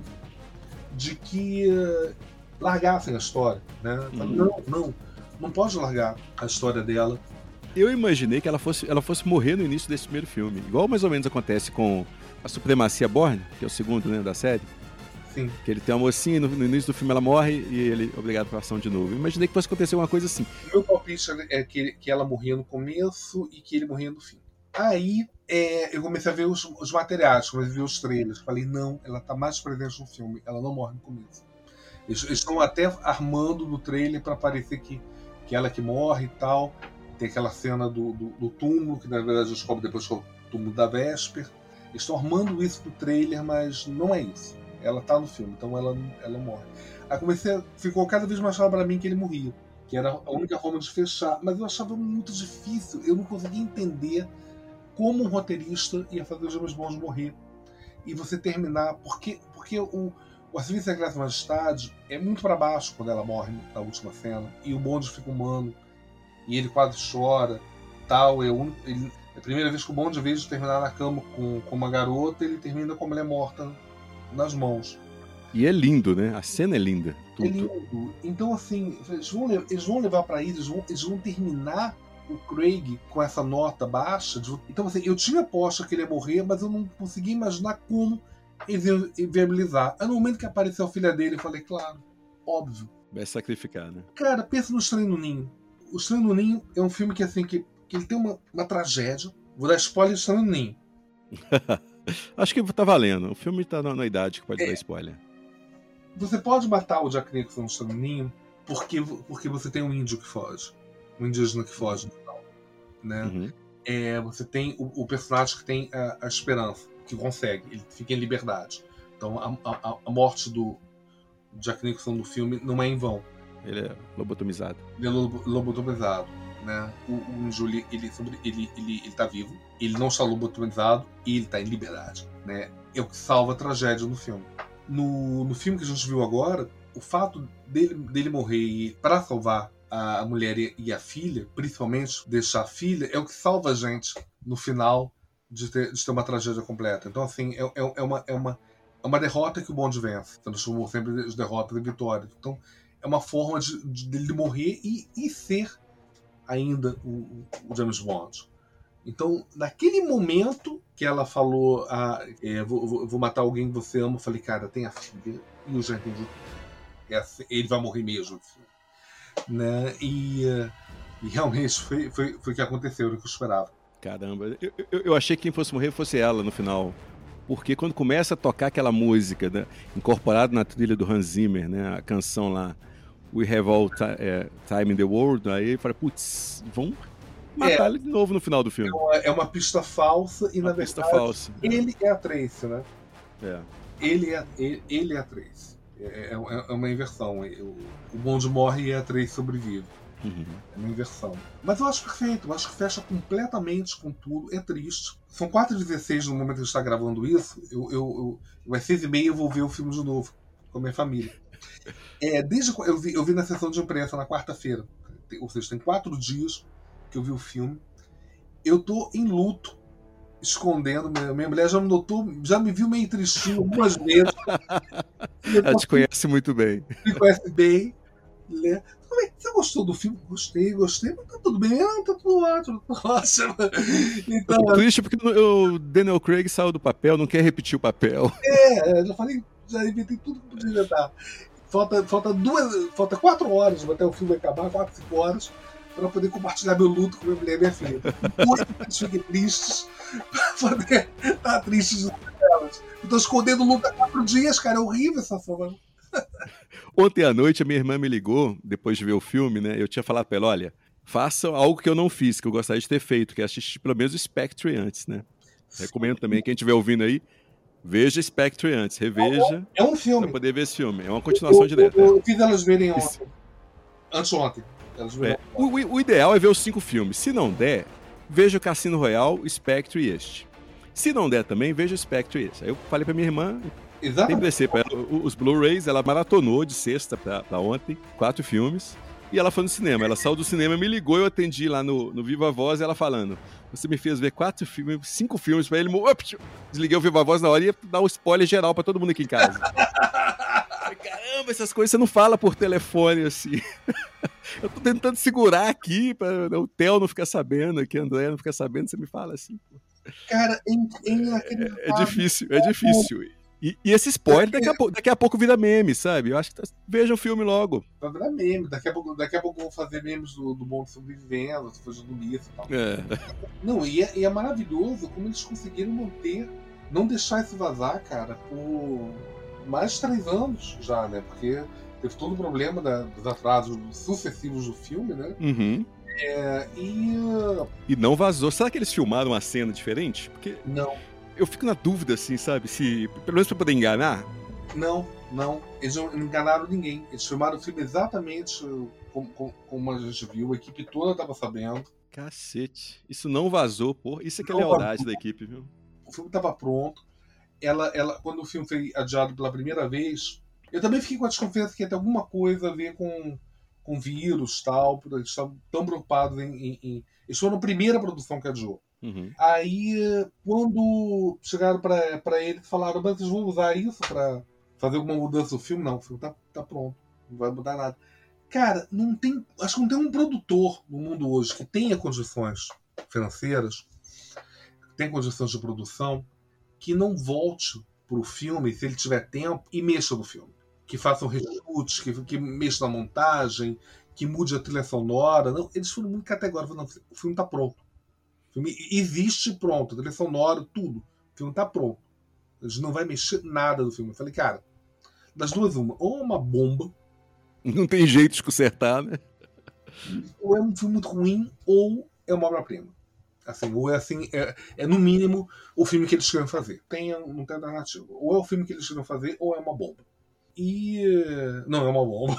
de que largassem a história, né? Falei, não pode largar a história dela. Eu imaginei que ela fosse morrer no início desse primeiro filme. Igual mais ou menos acontece com a Supremacia Bourne, que é o segundo, né, da série. Sim. Que ele tem uma mocinha e no início do filme ela morre e ele é obrigado pra ação de novo. Eu imaginei que fosse acontecer uma coisa assim. O meu palpite é que ela morria no começo e que ele morria no fim. Aí eu comecei a ver os materiais, comecei a ver os trailers. Falei, não, ela tá mais presente no filme, ela não morre no começo. Eles estão até armando no trailer para parecer que ela que morre e tal. Tem aquela cena do túmulo, que na verdade eu descobro depois que é o túmulo da Vesper. Eles estão armando isso no trailer, mas não é isso. Ela tá no filme, então ela morre. Aí ficou cada vez mais claro para mim que ele morria. Que era a única forma de fechar. Mas eu achava muito difícil. Eu não conseguia entender como um roteirista ia fazer o James Bond morrer. E você terminar... Porque o A Serviço da Graça e Majestade é muito para baixo quando ela morre na última cena. E o Bond fica humano. E ele quase chora. Tal. É a primeira vez que o Bond, em vez de terminar na cama com uma garota, ele termina com a mulher morta nas mãos. E é lindo, né? A cena é linda. Tudo. É lindo. Então, assim, eles vão levar para isso, eles vão terminar o Craig com essa nota baixa. Então, assim, eu tinha aposta que ele ia morrer, mas eu não conseguia imaginar como eles iam viabilizar. Aí, no momento que apareceu a filha dele, eu falei, claro, óbvio. Vai sacrificar, né? Cara, pensa no Estranho no Ninho. O Estranho no Ninho é um filme que, assim, que ele tem uma tragédia. Vou dar spoiler do Estranho no Ninho. Acho que tá valendo. O filme tá na idade que pode dar spoiler. Você pode matar o Jack Nicholson no Estranho no Ninho porque você tem um índio que foge. Um indígena que foge no final. Né? Uhum. Você tem o personagem que tem a esperança, que consegue. Ele fica em liberdade. Então a morte do Jack Nicholson no filme não é em vão. Ele é lobotomizado. Ele é lobotomizado. Né? O índio, ele tá vivo, ele não está lobotomizado e ele está em liberdade. Né? É o que salva a tragédia no filme. No filme que a gente viu agora, o fato dele morrer para salvar a mulher e a filha, principalmente deixar a filha, é o que salva a gente no final de ter uma tragédia completa. Então, assim, é é uma derrota que o bonde vence. Transformou sempre as derrotas em vitórias. Então, é uma forma de morrer e ser ainda o James Bond. Então, naquele momento que ela falou, vou matar alguém que você ama, eu falei, cara, tem a filha, e eu já entendi. Ele vai morrer mesmo. Né? E realmente foi o que aconteceu, era o que eu esperava. Caramba, eu achei que quem fosse morrer fosse ela no final. Porque quando começa a tocar aquela música, né, incorporada na trilha do Hans Zimmer, né, a canção lá, We Have All Time in the World, aí eu falei, putz, vão matar ele de novo no final do filme. É uma pista falsa e, na verdade, ele é a Tracy, né? Ele é a Tracy. É uma inversão. O Bond morre e a Tracy sobrevive. É uma inversão. Mas eu acho perfeito. Eu acho que fecha completamente com tudo. É triste. São 4h16 no momento que a gente está gravando isso. Às 6h30 eu vou ver o filme de novo com a minha família. Eu vi na sessão de imprensa na quarta-feira. Ou seja, tem 4 dias que eu vi o filme. Eu tô em luto, escondendo. Minha mulher já me viu meio tristinho algumas vezes. Ela te conhece muito bem. Me conhece bem. Né? Você gostou do filme? Gostei, mas tá tudo bem. Tá tudo ótimo. Então, eu tô triste porque o Daniel Craig saiu do papel, não quer repetir o papel. Já inventei tudo que podia inventar. Falta 4 horas até o filme acabar, 4, 5 horas, para poder compartilhar meu luto com minha mulher e minha filha. Muito que eles fiquem tristes, para poder estar tristes delas. Eu tô escondendo o luto há 4 dias, cara, é horrível essa forma. Ontem à noite a minha irmã me ligou, depois de ver o filme, né? Eu tinha falado pra ela, olha, faça algo que eu não fiz, que eu gostaria de ter feito, que é assistir pelo menos o Spectre antes, né? Recomendo também, quem estiver ouvindo aí, veja Spectre antes, reveja. É um filme. Pra poder ver esse filme. É uma continuação direta. Eu fiz elas verem ontem. Anteontem. O ideal é ver os 5 filmes. Se não der, veja o Cassino Royale, Spectre e este. Se não der também, veja o Spectre e este. Aí eu falei pra minha irmã, tem que descer pra ela os Blu-rays, ela maratonou de sexta pra ontem, 4 filmes. E ela foi no cinema. Ela saiu do cinema, me ligou, eu atendi lá no Viva Voz, ela falando, você me fez ver 4 filmes, 5 filmes pra ele. Desliguei o Viva Voz na hora e ia dar um spoiler geral pra todo mundo aqui em casa. Caramba, essas coisas você não fala por telefone, assim. Eu tô tentando segurar aqui pra o Theo não ficar sabendo, aqui, a André não ficar sabendo, você me fala assim. Cara, é difícil. E esse spoiler daqui a pouco vira meme, sabe? Eu acho que vejam o filme logo. Vai virar meme. Daqui a pouco vão fazer memes do Bond sobrevivendo, fugindo do míssil e tal. Não, e é maravilhoso como eles conseguiram não deixar isso vazar, cara, por mais de 3 anos já, né? Porque teve todo o problema dos atrasos sucessivos do filme, né? E não vazou. Será que eles filmaram uma cena diferente? Porque não. Eu fico na dúvida, assim, sabe? Se, pelo menos pra poder enganar. Não. Eles não enganaram ninguém. Eles filmaram o filme exatamente como a gente viu. A equipe toda tava sabendo. Cacete. Isso não vazou, pô. Isso é que é lealdade da equipe, viu? O filme tava pronto. Quando o filme foi adiado pela primeira vez, eu também fiquei com a desconfiança que ia ter alguma coisa a ver com vírus e tal. Eles estavam tão preocupados em... Eles foram a primeira produção que adiou. Aí, quando chegaram pra ele, falaram, mas vocês vão usar isso pra fazer alguma mudança do filme? Não, o filme tá pronto, não vai mudar nada. Cara, acho que não tem um produtor no mundo hoje que tenha condições financeiras, que tenha condições de produção, que não volte pro filme, se ele tiver tempo, e mexa no filme. Que faça um reshoot, que mexa na montagem, que mude a trilha sonora. Não, eles foram muito categóricos. Não, o filme tá pronto. O filme existe pronto, trilha sonora, tudo. O filme tá pronto. A gente não vai mexer nada do filme. Eu falei, cara, das duas uma. Ou é uma bomba. Não tem jeito de consertar, né? Ou é um filme muito ruim, ou é uma obra-prima. Assim, ou é assim, no mínimo o filme que eles queriam fazer. Não tem alternativa. Ou é o filme que eles queriam fazer, ou é uma bomba. Não é uma bomba.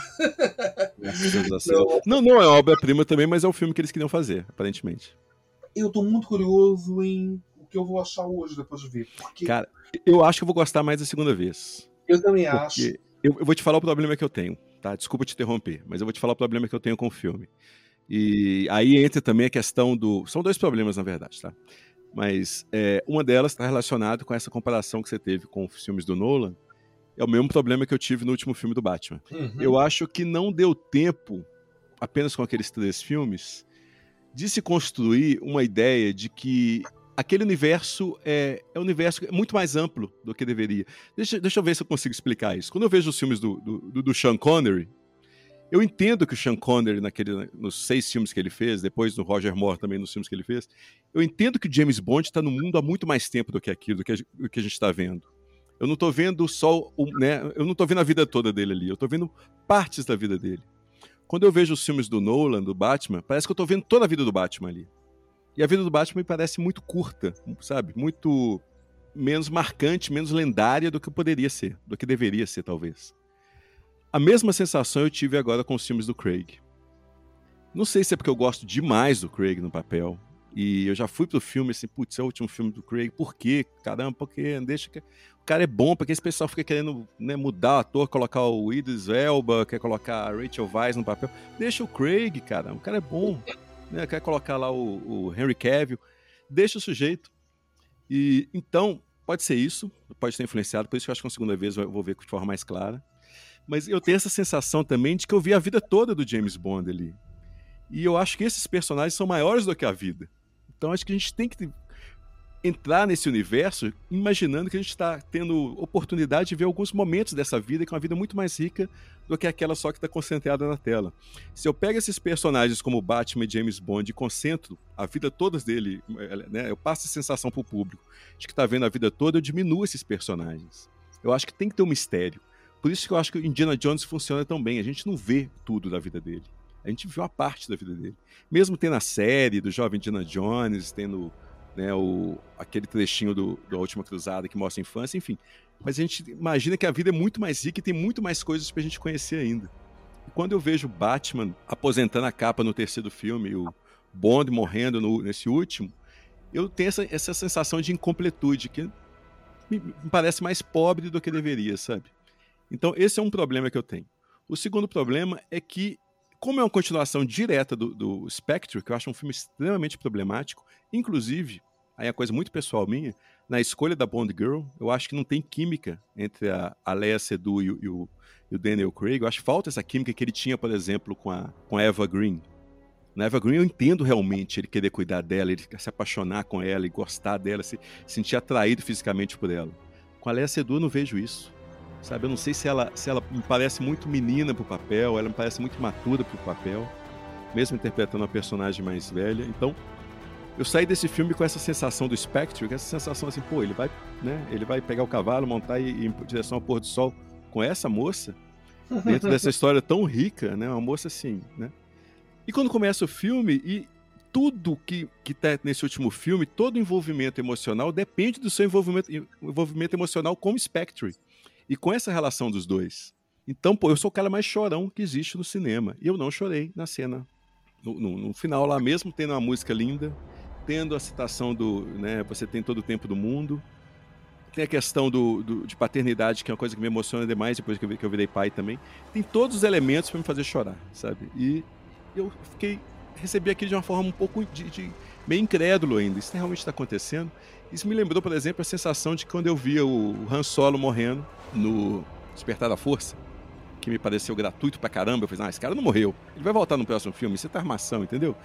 Não é uma obra-prima também, mas é o filme que eles queriam fazer, aparentemente. Eu tô muito curioso em o que eu vou achar hoje, depois de ver. Porque... Cara, eu acho que eu vou gostar mais da segunda vez. Eu também acho. Eu vou te falar o problema que eu tenho, tá? Desculpa te interromper, mas eu vou te falar o problema que eu tenho com o filme. E aí entra também a questão do... São 2 problemas, na verdade, tá? Mas uma delas está relacionada com essa comparação que você teve com os filmes do Nolan. É o mesmo problema que eu tive no último filme do Batman. Eu acho que não deu tempo, apenas com aqueles 3 filmes, de se construir uma ideia de que aquele universo é um universo muito mais amplo do que deveria. Deixa eu ver se eu consigo explicar isso. Quando eu vejo os filmes do Sean Connery, eu entendo que o Sean Connery, nos 6 filmes que ele fez, depois do Roger Moore também nos filmes que ele fez, eu entendo que o James Bond está no mundo há muito mais tempo do que aquilo, do que a gente está vendo. Eu não estou vendo eu não estou vendo a vida toda dele ali, eu estou vendo partes da vida dele. Quando eu vejo os filmes do Nolan, do Batman, parece que eu estou vendo toda a vida do Batman ali. E a vida do Batman me parece muito curta, sabe? Muito menos marcante, menos lendária do que poderia ser, do que deveria ser, talvez. A mesma sensação eu tive agora com os filmes do Craig. Não sei se é porque eu gosto demais do Craig no papel, e eu já fui pro filme assim, putz, é o último filme do Craig, por quê? Caramba, porque deixa que... O cara é bom, porque esse pessoal fica querendo, né, mudar o ator, colocar o Idris Elba, quer colocar a Rachel Weisz no papel. Deixa o Craig, cara, o cara é bom. Né? Quer colocar lá o Henry Cavill. Deixa o sujeito. E então, pode ser isso, pode ter influenciado, por isso que eu acho que na segunda vez eu vou ver de forma mais clara. Mas eu tenho essa sensação também de que eu vi a vida toda do James Bond ali. E eu acho que esses personagens são maiores do que a vida. Então acho que a gente tem que entrar nesse universo imaginando que a gente está tendo oportunidade de ver alguns momentos dessa vida, que é uma vida muito mais rica do que aquela só que está concentrada na tela. Se eu pego esses personagens como Batman e James Bond e concentro a vida toda dele, né, eu passo a sensação para o público de que está vendo a vida toda, eu diminuo esses personagens. Eu acho que tem que ter um mistério. Por isso que eu acho que o Indiana Jones funciona tão bem. A gente não vê tudo da vida dele. A gente vê uma parte da vida dele. Mesmo tendo a série do jovem Indiana Jones, tendo, né, aquele trechinho da Última Cruzada que mostra a infância, enfim. Mas a gente imagina que a vida é muito mais rica e tem muito mais coisas pra gente conhecer ainda. E quando eu vejo Batman aposentando a capa no 3º filme e o Bond morrendo nesse último, eu tenho essa sensação de incompletude, que me parece mais pobre do que deveria, sabe? Então esse é um problema que eu tenho. O segundo problema é que, como é uma continuação direta do Spectre, que eu acho um filme extremamente problemático, inclusive, aí é uma coisa muito pessoal minha, na escolha da Bond Girl, eu acho que não tem química entre a Léa Seydoux e o Daniel Craig. Eu acho que falta essa química que ele tinha, por exemplo, com a Eva Green. Na Eva Green eu entendo realmente ele querer cuidar dela, ele se apaixonar com ela e gostar dela, se sentir atraído fisicamente por ela. Com a Léa Seydoux eu não vejo isso. Sabe, eu não sei se ela me parece muito menina pro papel, ela me parece muito imatura pro papel, mesmo interpretando uma personagem mais velha. Então, eu saí desse filme com essa sensação do Spectre, com essa sensação assim, pô, ele vai pegar o cavalo, montar e ir em direção ao pôr do sol com essa moça, dentro dessa história tão rica, né, uma moça assim, né? E quando começa o filme, e tudo que tá nesse último filme, todo o envolvimento emocional depende do seu envolvimento emocional com o Spectre. E com essa relação dos dois. Então, pô, eu sou o cara mais chorão que existe no cinema. E eu não chorei na cena. No final lá mesmo, tendo uma música linda, tendo a citação né, você tem todo o tempo do mundo. Tem a questão de paternidade, que é uma coisa que me emociona demais depois que eu virei pai também. Tem todos os elementos para me fazer chorar, sabe? E eu recebi aquilo de uma forma um pouco meio incrédulo ainda. Isso realmente está acontecendo? Isso me lembrou, por exemplo, a sensação de quando eu via o Han Solo morrendo no Despertar da Força, que me pareceu gratuito pra caramba. Eu falei, esse cara não morreu, ele vai voltar no próximo filme, isso é armação, entendeu?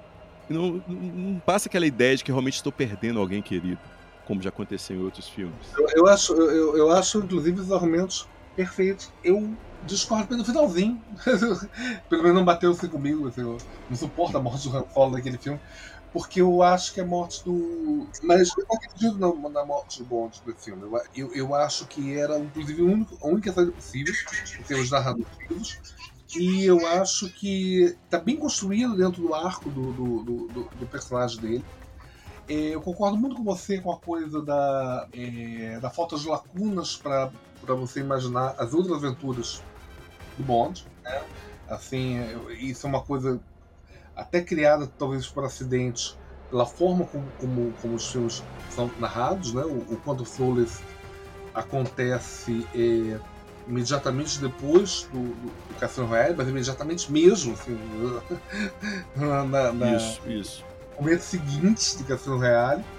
Não passa aquela ideia de que realmente estou perdendo alguém querido, como já aconteceu em outros filmes. Eu acho, inclusive, os argumentos perfeitos. Eu discordo pelo finalzinho. Pelo menos não bateu assim comigo. Assim, eu não suporto a morte do Han Solo naquele filme. Porque eu acho que a morte do... Mas eu não acredito na morte do Bond do filme. Eu acho que era, inclusive, a única saída possível, em termos narrativos. E eu acho que está bem construído dentro do arco do personagem dele. Eu concordo muito com você com a coisa da falta de lacunas para você imaginar as outras aventuras do Bond, né? Assim, isso é uma coisa até criada talvez por acidente pela forma como os filmes são narrados, né? O Quantum of Solace acontece imediatamente depois do Cassino Royale, mas imediatamente mesmo, assim, Isso. no momento seguinte do Cassino Royale.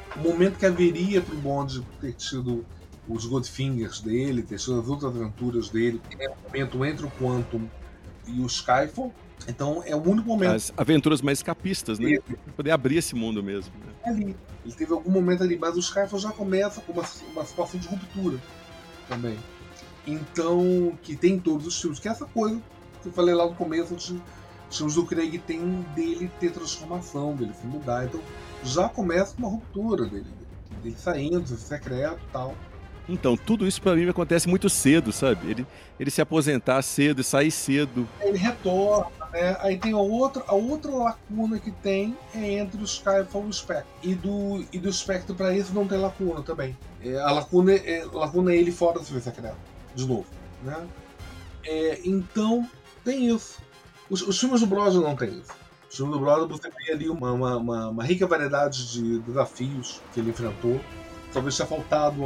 o momento que haveria pro Bond ter tido os Goldfingers dele, ter tido as outras aventuras dele, que é o momento entre o Quantum e o Skyfall. Então é o único momento As aventuras mais escapistas, né? Pra poder abrir esse mundo mesmo. Né? ali. Ele teve algum momento ali, mas o Skyfall já começa com uma situação de ruptura também. Então, que tem em todos os filmes, que é essa coisa que eu falei lá no começo, os filmes do Craig tem dele ter transformação, dele se mudar. Então já começa com uma ruptura dele saindo, secreto e tal. Então, tudo isso pra mim acontece muito cedo, sabe? Ele se aposentar cedo e sair cedo. Ele retorna, né? Aí tem a outra lacuna que tem é entre o Skyfall e o Spectre. E do Spectre pra isso não tem lacuna também. A lacuna é ele fora do serviço secreto. De novo, né? Então, tem isso. Os filmes do Brosnan não tem isso. Os filmes do Brosnan você tem ali uma rica variedade de desafios que ele enfrentou. Talvez tenha faltado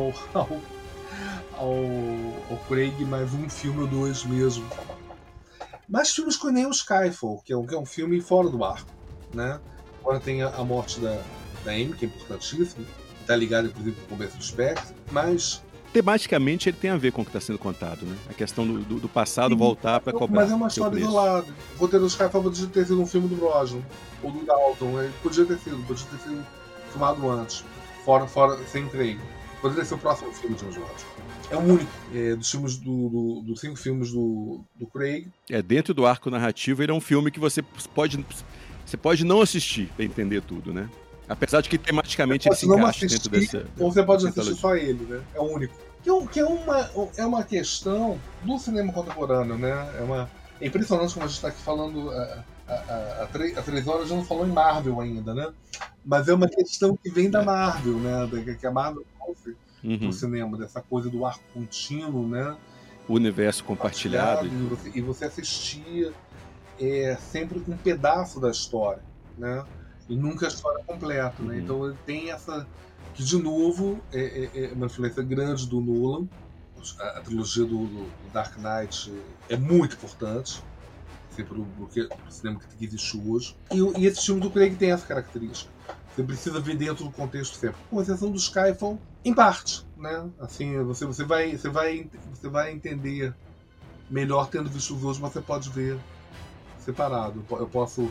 ao Craig mais um filme ou dois mesmo. Mas filmes que nem o Skyfall, que é um filme fora do arco, né? Agora tem a morte da Amy, que é importantíssimo, está ligado inclusive com o começo do Spectre, mas Tematicamente ele tem a ver com o que está sendo contado, né? A questão do passado voltar para cobrar. Mas é uma história isolada. O roteiro do Skyfall podia ter sido um filme do Brosnan ou do Dalton, ele podia ter sido filmado antes, fora sem Craig. Poderia ser o próximo filme de James Bond. É o único dos filmes dos 5 filmes do Craig. Dentro do arco narrativo, ele é um filme que você pode não assistir para entender tudo, né? Apesar de que tematicamente ele se encaixa dentro dessa. Ou você pode assistir só ele, né? É o único. Que é uma questão do cinema contemporâneo, né? É impressionante como a gente está aqui falando há 3 horas, já não falou em Marvel ainda, né? Mas é uma questão que vem da Marvel, né? Que a Marvel trouxe no cinema, dessa coisa do arco contínuo, né? O universo compartilhado. E você assistia sempre um pedaço da história, né? E nunca a história completa, né? Então ele tem essa... Que, de novo, é uma influência grande do Nolan. A trilogia do Dark Knight é muito importante para o cinema que existe hoje. E esse filme do Craig tem essa característica. Você precisa ver dentro do contexto sempre. Com exceção do Skyfall, em parte, né? Assim, você vai entender melhor tendo visto os outros, mas você pode ver separado. Eu posso...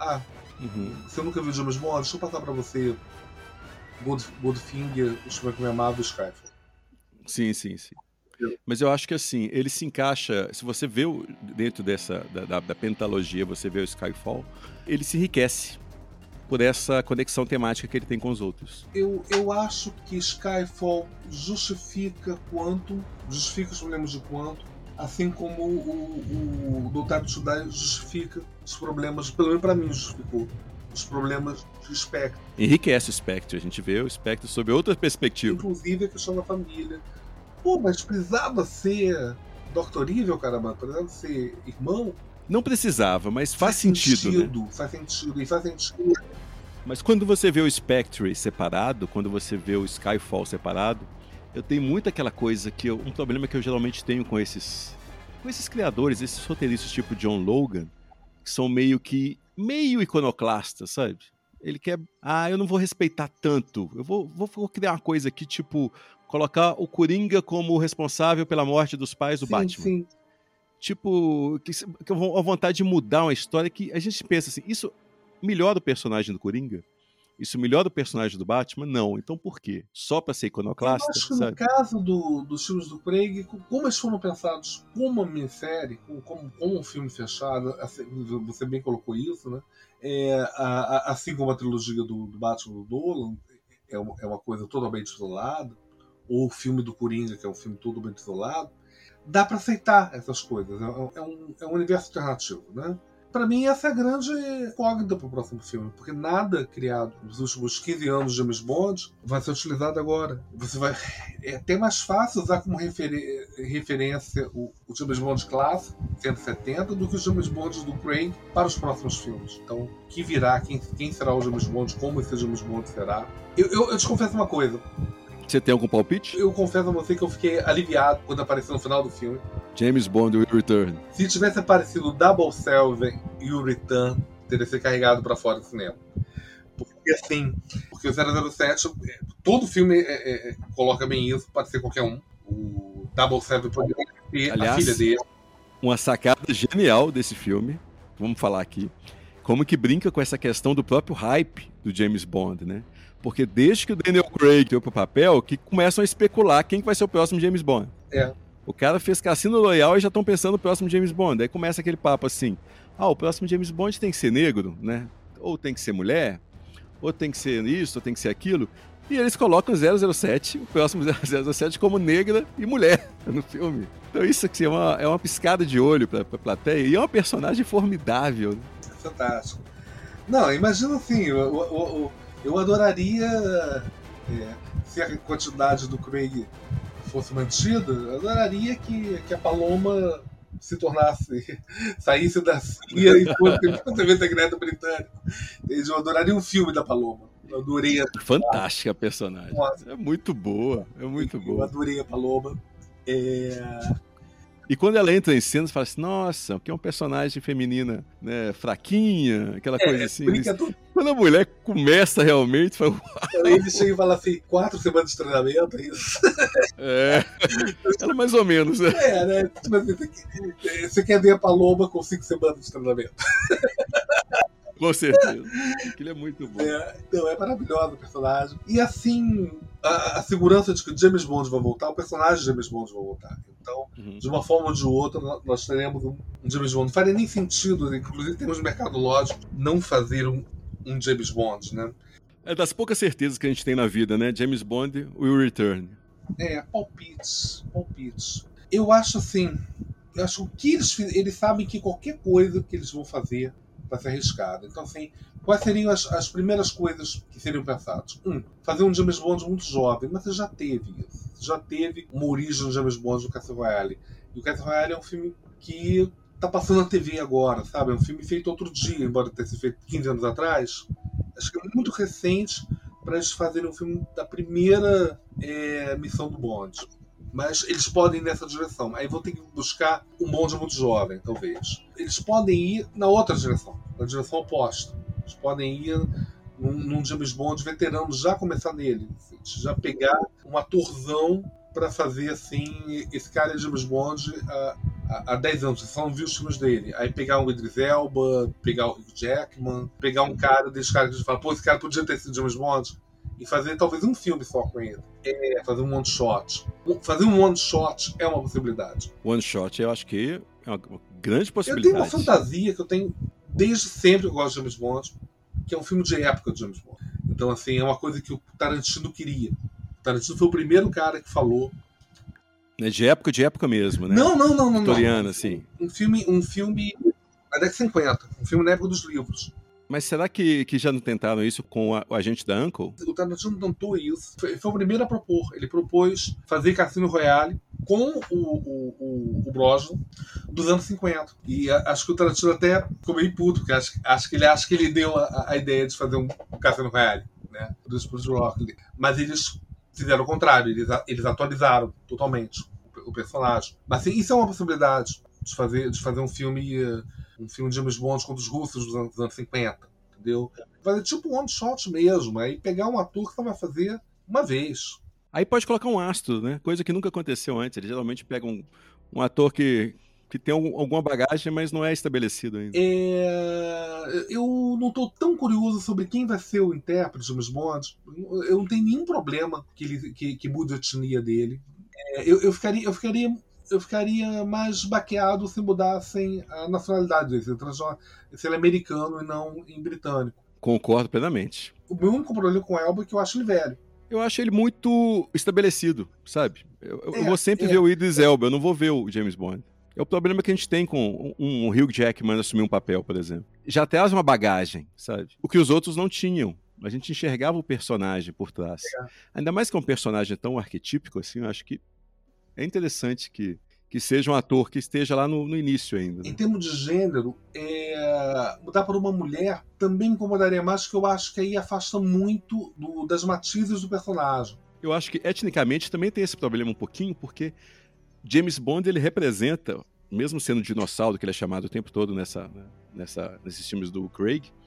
Você nunca viu James Bond? Deixa eu passar pra você Goldfinger, o Chama que me amava e Skyfall. Sim. Mas eu acho que assim, ele se encaixa, se você vê dentro da pentalogia, você vê o Skyfall, ele se enriquece por essa conexão temática que ele tem com os outros. Eu acho que Skyfall justifica os problemas de Quantum, assim como o No Time to Die justifica os problemas, pelo menos pra mim justificou, os problemas de Spectre. Enriquece o Spectre, a gente vê o Spectre sob outra perspectiva. Inclusive a questão da família. Pô, mas precisava ser Dr. Evil, caramba, precisava ser irmão? Não precisava, mas faz sentido, né? Faz sentido. Mas quando você vê o Spectre separado, quando você vê o Skyfall separado, eu tenho muito aquela coisa um problema que eu geralmente tenho com esses criadores, esses roteiristas tipo John Logan, que são meio iconoclastas, sabe? Ele quer, eu não vou respeitar tanto, eu vou criar uma coisa aqui, tipo, colocar o Coringa como responsável pela morte dos pais do Batman. Sim. Tipo, que a vontade de mudar uma história que a gente pensa assim, isso melhora o personagem do Coringa? Isso melhora o personagem do Batman? Não. Então por quê? Só pra ser iconoclasta? Eu acho que no caso dos filmes do Craig, como eles foram pensados como uma minissérie, como um filme fechado, assim, você bem colocou isso, né? Assim como a trilogia do Batman do Nolan é uma coisa totalmente isolada, ou o filme do Coringa, que é um filme totalmente isolado, dá pra aceitar essas coisas. É um universo alternativo, né? Pra mim, essa é a grande incógnita pro próximo filme, porque nada criado nos últimos 15 anos de James Bond vai ser utilizado agora. É até mais fácil usar como referência o James Bond clássico, 170, do que os James Bond do Craig para os próximos filmes. Então, o que virá, quem será o James Bond, como esse James Bond será. Eu te confesso uma coisa. Você tem algum palpite? Eu confesso a você que eu fiquei aliviado quando apareceu no final do filme. James Bond will return. Se tivesse aparecido Double Seven e o Return, teria sido carregado pra fora do cinema. Porque Porque assim, porque o 007, todo filme coloca bem isso, pode ser qualquer um. O 007 poderia ser a Aliás, filha dele. uma sacada genial desse filme, vamos falar aqui, como que brinca com essa questão do próprio hype do James Bond, né? Porque desde que o Daniel Craig deu pro papel, que começam a especular quem que vai ser o próximo James Bond. É. O cara fez Cassino Royale e já estão pensando no próximo James Bond. Aí começa aquele papo assim, o próximo James Bond tem que ser negro, né? Ou tem que ser mulher, ou tem que ser isso, ou tem que ser aquilo. E eles colocam 007, o próximo 007, como negra e mulher no filme. Então isso aqui é uma piscada de olho pra plateia e é uma personagem formidável. É fantástico. Não, imagina assim, eu adoraria se a quantidade do Craig fosse mantida, eu adoraria que a Paloma se tornasse, saísse da CIA e fosse departamento secreto britânico. Eu adoraria um filme da Paloma. Eu adorei a... Fantástica a personagem. Nossa. É muito boa, é muito Eu boa. adorei a Paloma. E quando ela entra em cena, você fala assim, nossa, que é uma personagem feminina, né, fraquinha, aquela coisa assim. Quando a mulher começa realmente, fala, uau. Ele chega e fala assim, 4 semanas de treinamento, é isso? Ela mais ou menos, né? Né? Tipo assim, você quer ver a Paloma com 5 semanas de treinamento. Com certeza. Aquilo é muito bom. Então, é maravilhosa a personagem. E assim, a segurança de que James Bond vai voltar, o personagem de James Bond vai voltar. Então, de uma forma ou de outra, nós teremos um James Bond. Não faria nem sentido, inclusive temos mercadológico, não fazer um James Bond, né? É das poucas certezas que a gente tem na vida, né? James Bond will return. Palpites. Eu acho assim, que eles sabem que qualquer coisa que eles vão fazer vai ser arriscado. Então, assim, quais seriam as primeiras coisas que seriam pensadas? Fazer um James Bond muito jovem, mas você já teve isso. Já teve uma origem do James Bond no Casino Royale. E o Casino Royale é um filme que tá passando na TV agora, sabe? É um filme feito outro dia, embora tenha sido feito 15 anos atrás. Acho que é muito recente para eles fazerem um filme da primeira missão do Bond. Mas eles podem ir nessa direção. Aí vão ter que buscar um Bond muito jovem, talvez. Eles podem ir na outra direção, na direção oposta. Eles podem ir num James Bond veterano, já começar nele. Já pegar um atorzão para fazer assim, esse cara é James Bond há 10 anos. Você só não viu os filmes dele. Aí pegar um Idris Elba, pegar o Hugh Jackman, pegar um cara desses caras que a gente fala, pô, esse cara podia ter sido James Bond. E fazer talvez um filme só com ele. Fazer um one shot. Fazer um one shot é uma possibilidade. One shot eu acho que é uma grande possibilidade. Eu tenho uma fantasia que eu tenho desde sempre que eu gosto de James Bond, que é um filme de época de James Bond. Então, assim, é uma coisa que o Tarantino queria. O Tarantino foi o primeiro cara que falou. De época mesmo, né? Não. Vitoriana, assim. Um filme da década de 50. Um filme na época dos livros. Mas será que já não tentaram isso com o agente da Uncle? O Tarantino tentou isso. Foi o primeiro a propor. Ele propôs fazer Cassino Royale com o Brosnan dos anos 50. E acho que o Tarantino até ficou meio puto, porque acho que ele deu a ideia de fazer um Cassino Royale, né? Dos Rock. Mas eles fizeram o contrário. Eles atualizaram totalmente o personagem. Mas assim, isso é uma possibilidade de fazer um filme de James Bond contra os russos dos anos 50, entendeu? Fazer tipo um one shot mesmo, aí pegar um ator que você vai fazer uma vez. Aí pode colocar um astro, né? Coisa que nunca aconteceu antes. Eles geralmente pegam um ator que tem alguma bagagem, mas não é estabelecido ainda. Eu não estou tão curioso sobre quem vai ser o intérprete de James Bond. Eu não tenho nenhum problema que mude a etnia dele. Eu ficaria mais baqueado se mudassem a nacionalidade dele, se ele é americano e não em britânico. Concordo plenamente. O meu único problema com o Elba é que eu acho ele velho. Eu acho ele muito estabelecido, sabe? Eu vou sempre ver o Idris Elba, eu não vou ver o James Bond. É o problema que a gente tem com um Hugh Jackman assumir um papel, por exemplo. Já traz uma bagagem, sabe? O que os outros não tinham. A gente enxergava o personagem por trás. Ainda mais que é um personagem tão arquetípico assim, eu acho que é interessante que seja um ator que esteja lá no início ainda. Né? Em termos de gênero, mudar para uma mulher também me incomodaria mais, porque eu acho que aí afasta muito das matizes do personagem. Eu acho que etnicamente também tem esse problema um pouquinho, porque James Bond ele representa, mesmo sendo dinossauro, que ele é chamado o tempo todo nesses filmes do Craig,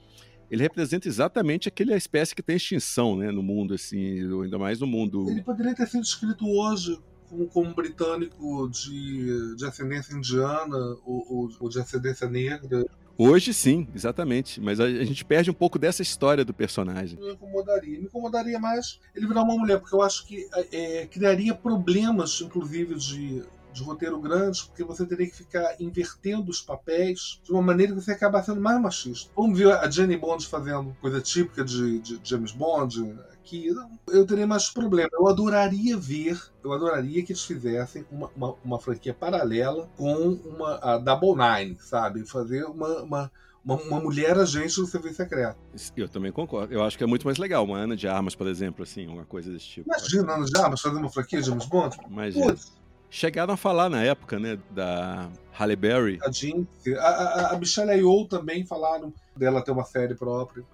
ele representa exatamente aquela espécie que tem extinção, né, no mundo, assim, ainda mais no mundo... Ele poderia ter sido escrito hoje como um britânico de ascendência indiana ou de ascendência negra. Hoje sim, exatamente, mas a gente perde um pouco dessa história do personagem. Me incomodaria mais ele virar uma mulher, porque eu acho que criaria problemas, inclusive, de roteiro grandes, porque você teria que ficar invertendo os papéis de uma maneira que você acaba sendo mais machista. Vamos ver a Jane Bond fazendo coisa típica de James Bond aqui. Eu teria mais problema. Eu adoraria que eles fizessem uma franquia paralela com a Double Nine, sabe? Fazer uma mulher agente do serviço secreto. Eu também concordo. Eu acho que é muito mais legal. Uma Ana de Armas, por exemplo, assim, uma coisa desse tipo. Imagina a Ana de Armas fazendo uma franquia de James Bond? Imagina. Putz. Chegaram a falar na época, né, da Halle Berry. A Jinx. A Michelle Yeoh também falaram dela ter uma série própria.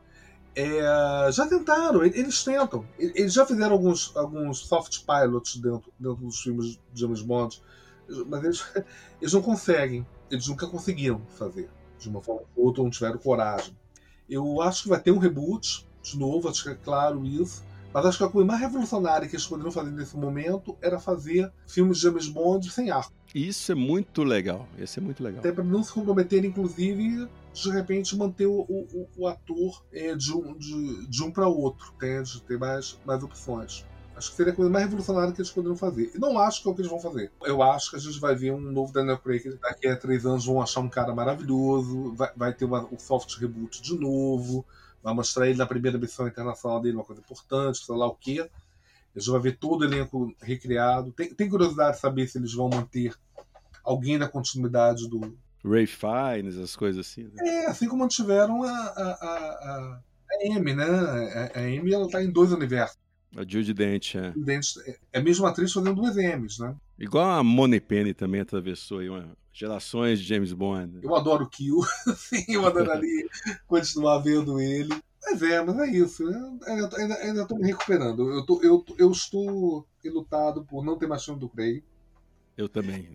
Já tentaram, eles tentam. Eles já fizeram alguns soft pilots dentro dos filmes de James Bond, mas eles não conseguem. Eles nunca conseguiram fazer. De uma forma ou outra, não tiveram coragem. Eu acho que vai ter um reboot, de novo, acho que é claro isso. Mas acho que a coisa mais revolucionária que eles poderiam fazer nesse momento era fazer filmes de James Bond sem arco. Isso é muito legal. Isso é muito legal. Até para não se comprometer, inclusive, de repente manter o ator de um para outro, de ter mais opções. Acho que seria a coisa mais revolucionária que eles poderiam fazer. E não acho que é o que eles vão fazer. Eu acho que a gente vai ver um novo Daniel Craig. Daqui a 3 anos vão achar um cara maravilhoso, vai ter um soft reboot de novo. Vai mostrar ele na primeira missão internacional dele, uma coisa importante, sei lá o quê. A gente vai ver todo o elenco recriado. Tem curiosidade de saber se eles vão manter alguém na continuidade do... Ray Fiennes, as coisas assim. Né? Assim como mantiveram a Amy, né? A Amy, ela tá em 2 universos. A Judi Dench, é a mesma atriz fazendo 2 Emmys, né? Igual a Money Penny também atravessou aí gerações de James Bond. Eu adoro o Kill, sim, eu adoraria continuar vendo ele. Mas é isso. Ainda estou me recuperando. Eu estou enlutado por não ter mais filme do Craig. Eu também.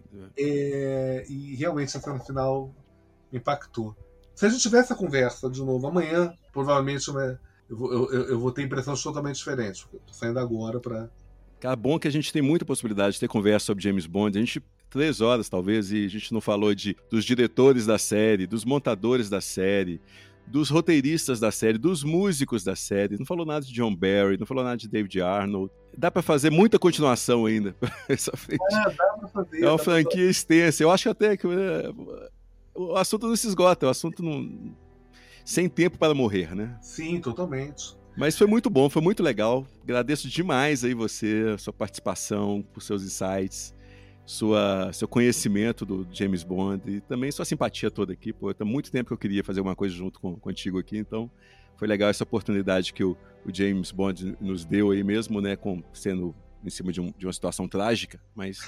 E realmente a cena final me impactou. Se a gente tiver essa conversa de novo amanhã, provavelmente eu vou ter impressões totalmente diferentes. Porque eu tô saindo agora para... Cara, bom que a gente tem muita possibilidade de ter conversa sobre James Bond. A gente 3 horas, talvez, e a gente não falou dos diretores da série, dos montadores da série, dos roteiristas da série, dos músicos da série. Não falou nada de John Barry, não falou nada de David Arnold. Dá pra fazer muita continuação ainda. Essa frente. Dá pra fazer. É uma franquia extensa. Eu acho até que o assunto não se esgota, o assunto não... sem tempo para morrer, né? Sim, totalmente. Mas foi muito bom, foi muito legal. Agradeço demais aí você, a sua participação, por seus insights, seu conhecimento do James Bond e também sua simpatia toda aqui. Pô, há muito tempo que eu queria fazer alguma coisa junto contigo aqui, então foi legal essa oportunidade que o James Bond nos deu aí mesmo, né, sendo em cima de uma situação trágica, mas...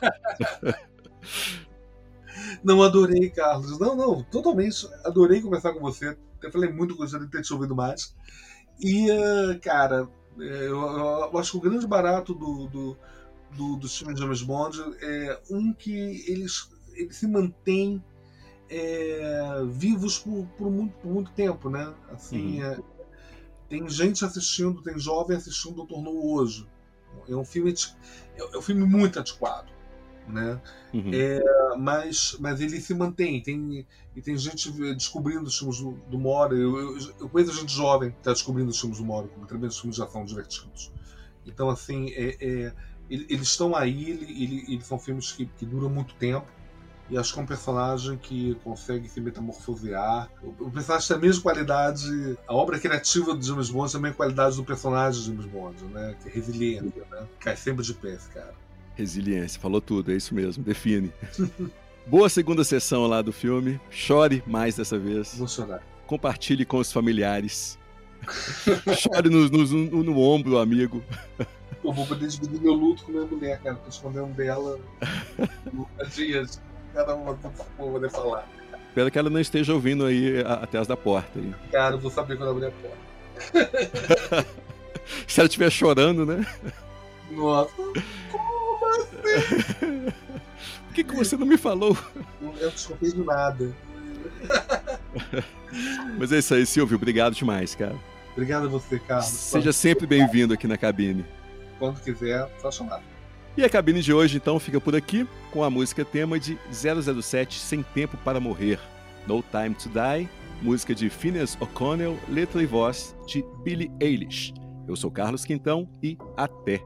Não, adorei, Carlos. Não, totalmente. Adorei conversar com você. Eu falei muito, gostaria de ter te ouvido mais. E, cara, eu acho que o grande barato dos filmes de James Bond é que eles se mantêm vivos por muito tempo, né? Assim, tem gente assistindo, tem jovem assistindo o Doutor No hoje. É um filme muito antiquado, né? Mas ele se mantém. Tem gente descobrindo os filmes do Mora. Eu conheço gente jovem que está descobrindo os filmes do Mora, como tremendos filmes de ação divertidos. Então, assim, eles estão aí, eles são filmes que duram muito tempo. E acho que é um personagem que consegue se metamorfosear. O personagem tem a mesma qualidade, a obra criativa do James Bond também é a qualidade do personagem de James Bond, né? Que é resiliência, né? Cai sempre de pé esse cara. Resiliência, falou tudo, é isso mesmo, define. Boa segunda sessão lá do filme. Chore mais dessa vez. Vou chorar. Compartilhe com os familiares. Chore no ombro, amigo. Eu vou poder dividir meu luto com minha mulher, cara. Tô escondendo dela há dias. Caramba, não vou poder falar. Espero que ela não esteja ouvindo aí atrás da porta. Aí. Cara, eu vou saber quando abrir a porta. Se ela estiver chorando, né? Nossa, como assim? Por que você não me falou? Eu desculpei de nada. Mas é isso aí, Silvio. Obrigado demais, cara. Obrigado a você, Carlos. Seja sempre bem-vindo aqui na cabine. Quando quiser, só chamar. E a cabine de hoje, então, fica por aqui com a música tema de 007, Sem Tempo para Morrer, No Time to Die, música de Phineas O'Connell, letra e voz de Billie Eilish. Eu sou Carlos Quintão e até!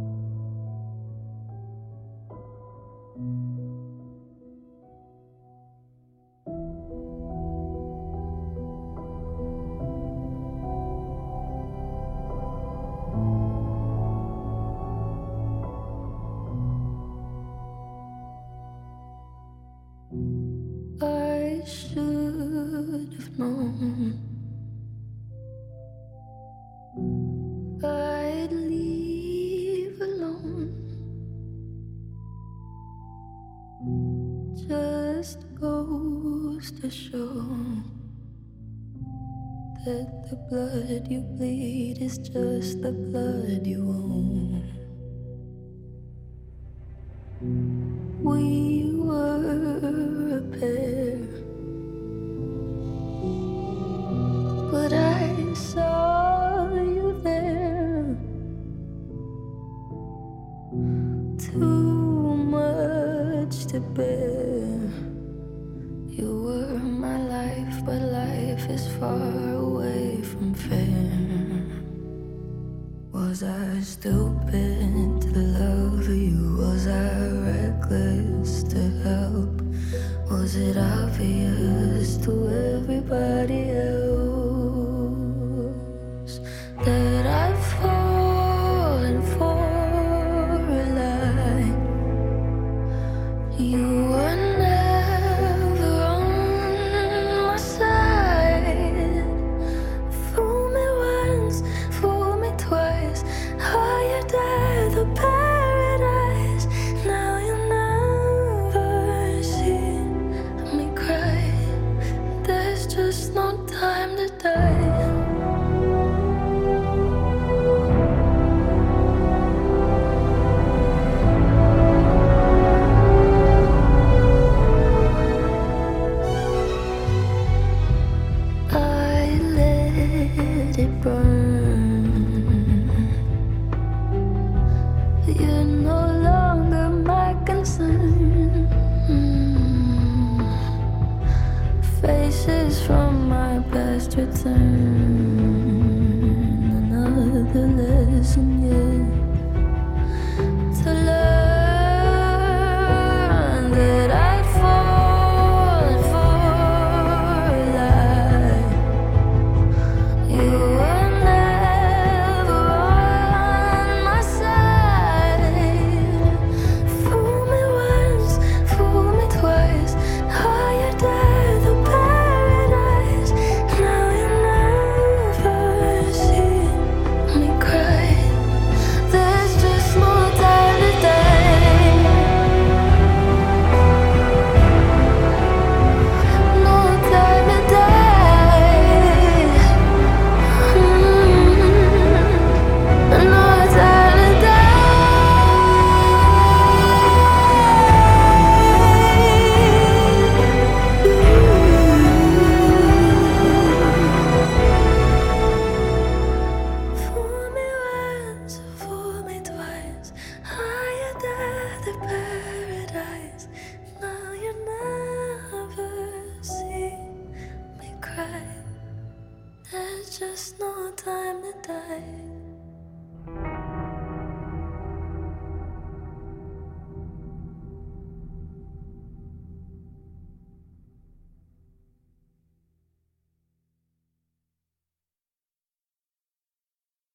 I should have known I'd leave alone. Just goes to show that the blood you bleed is just the blood you own. We were a pair, but I saw you there. Too much to bear. You were my life, but life is far away from fair. Was I stupid to love you? Was I reckless to help? Was it obvious to everybody else that I've fallen for a lie? You were never on my side. Fool me once, fool me twice. Higher than the paradise. Now you never see me cry. There's just no time to die. I let it burn. You're no longer my concern. Faces from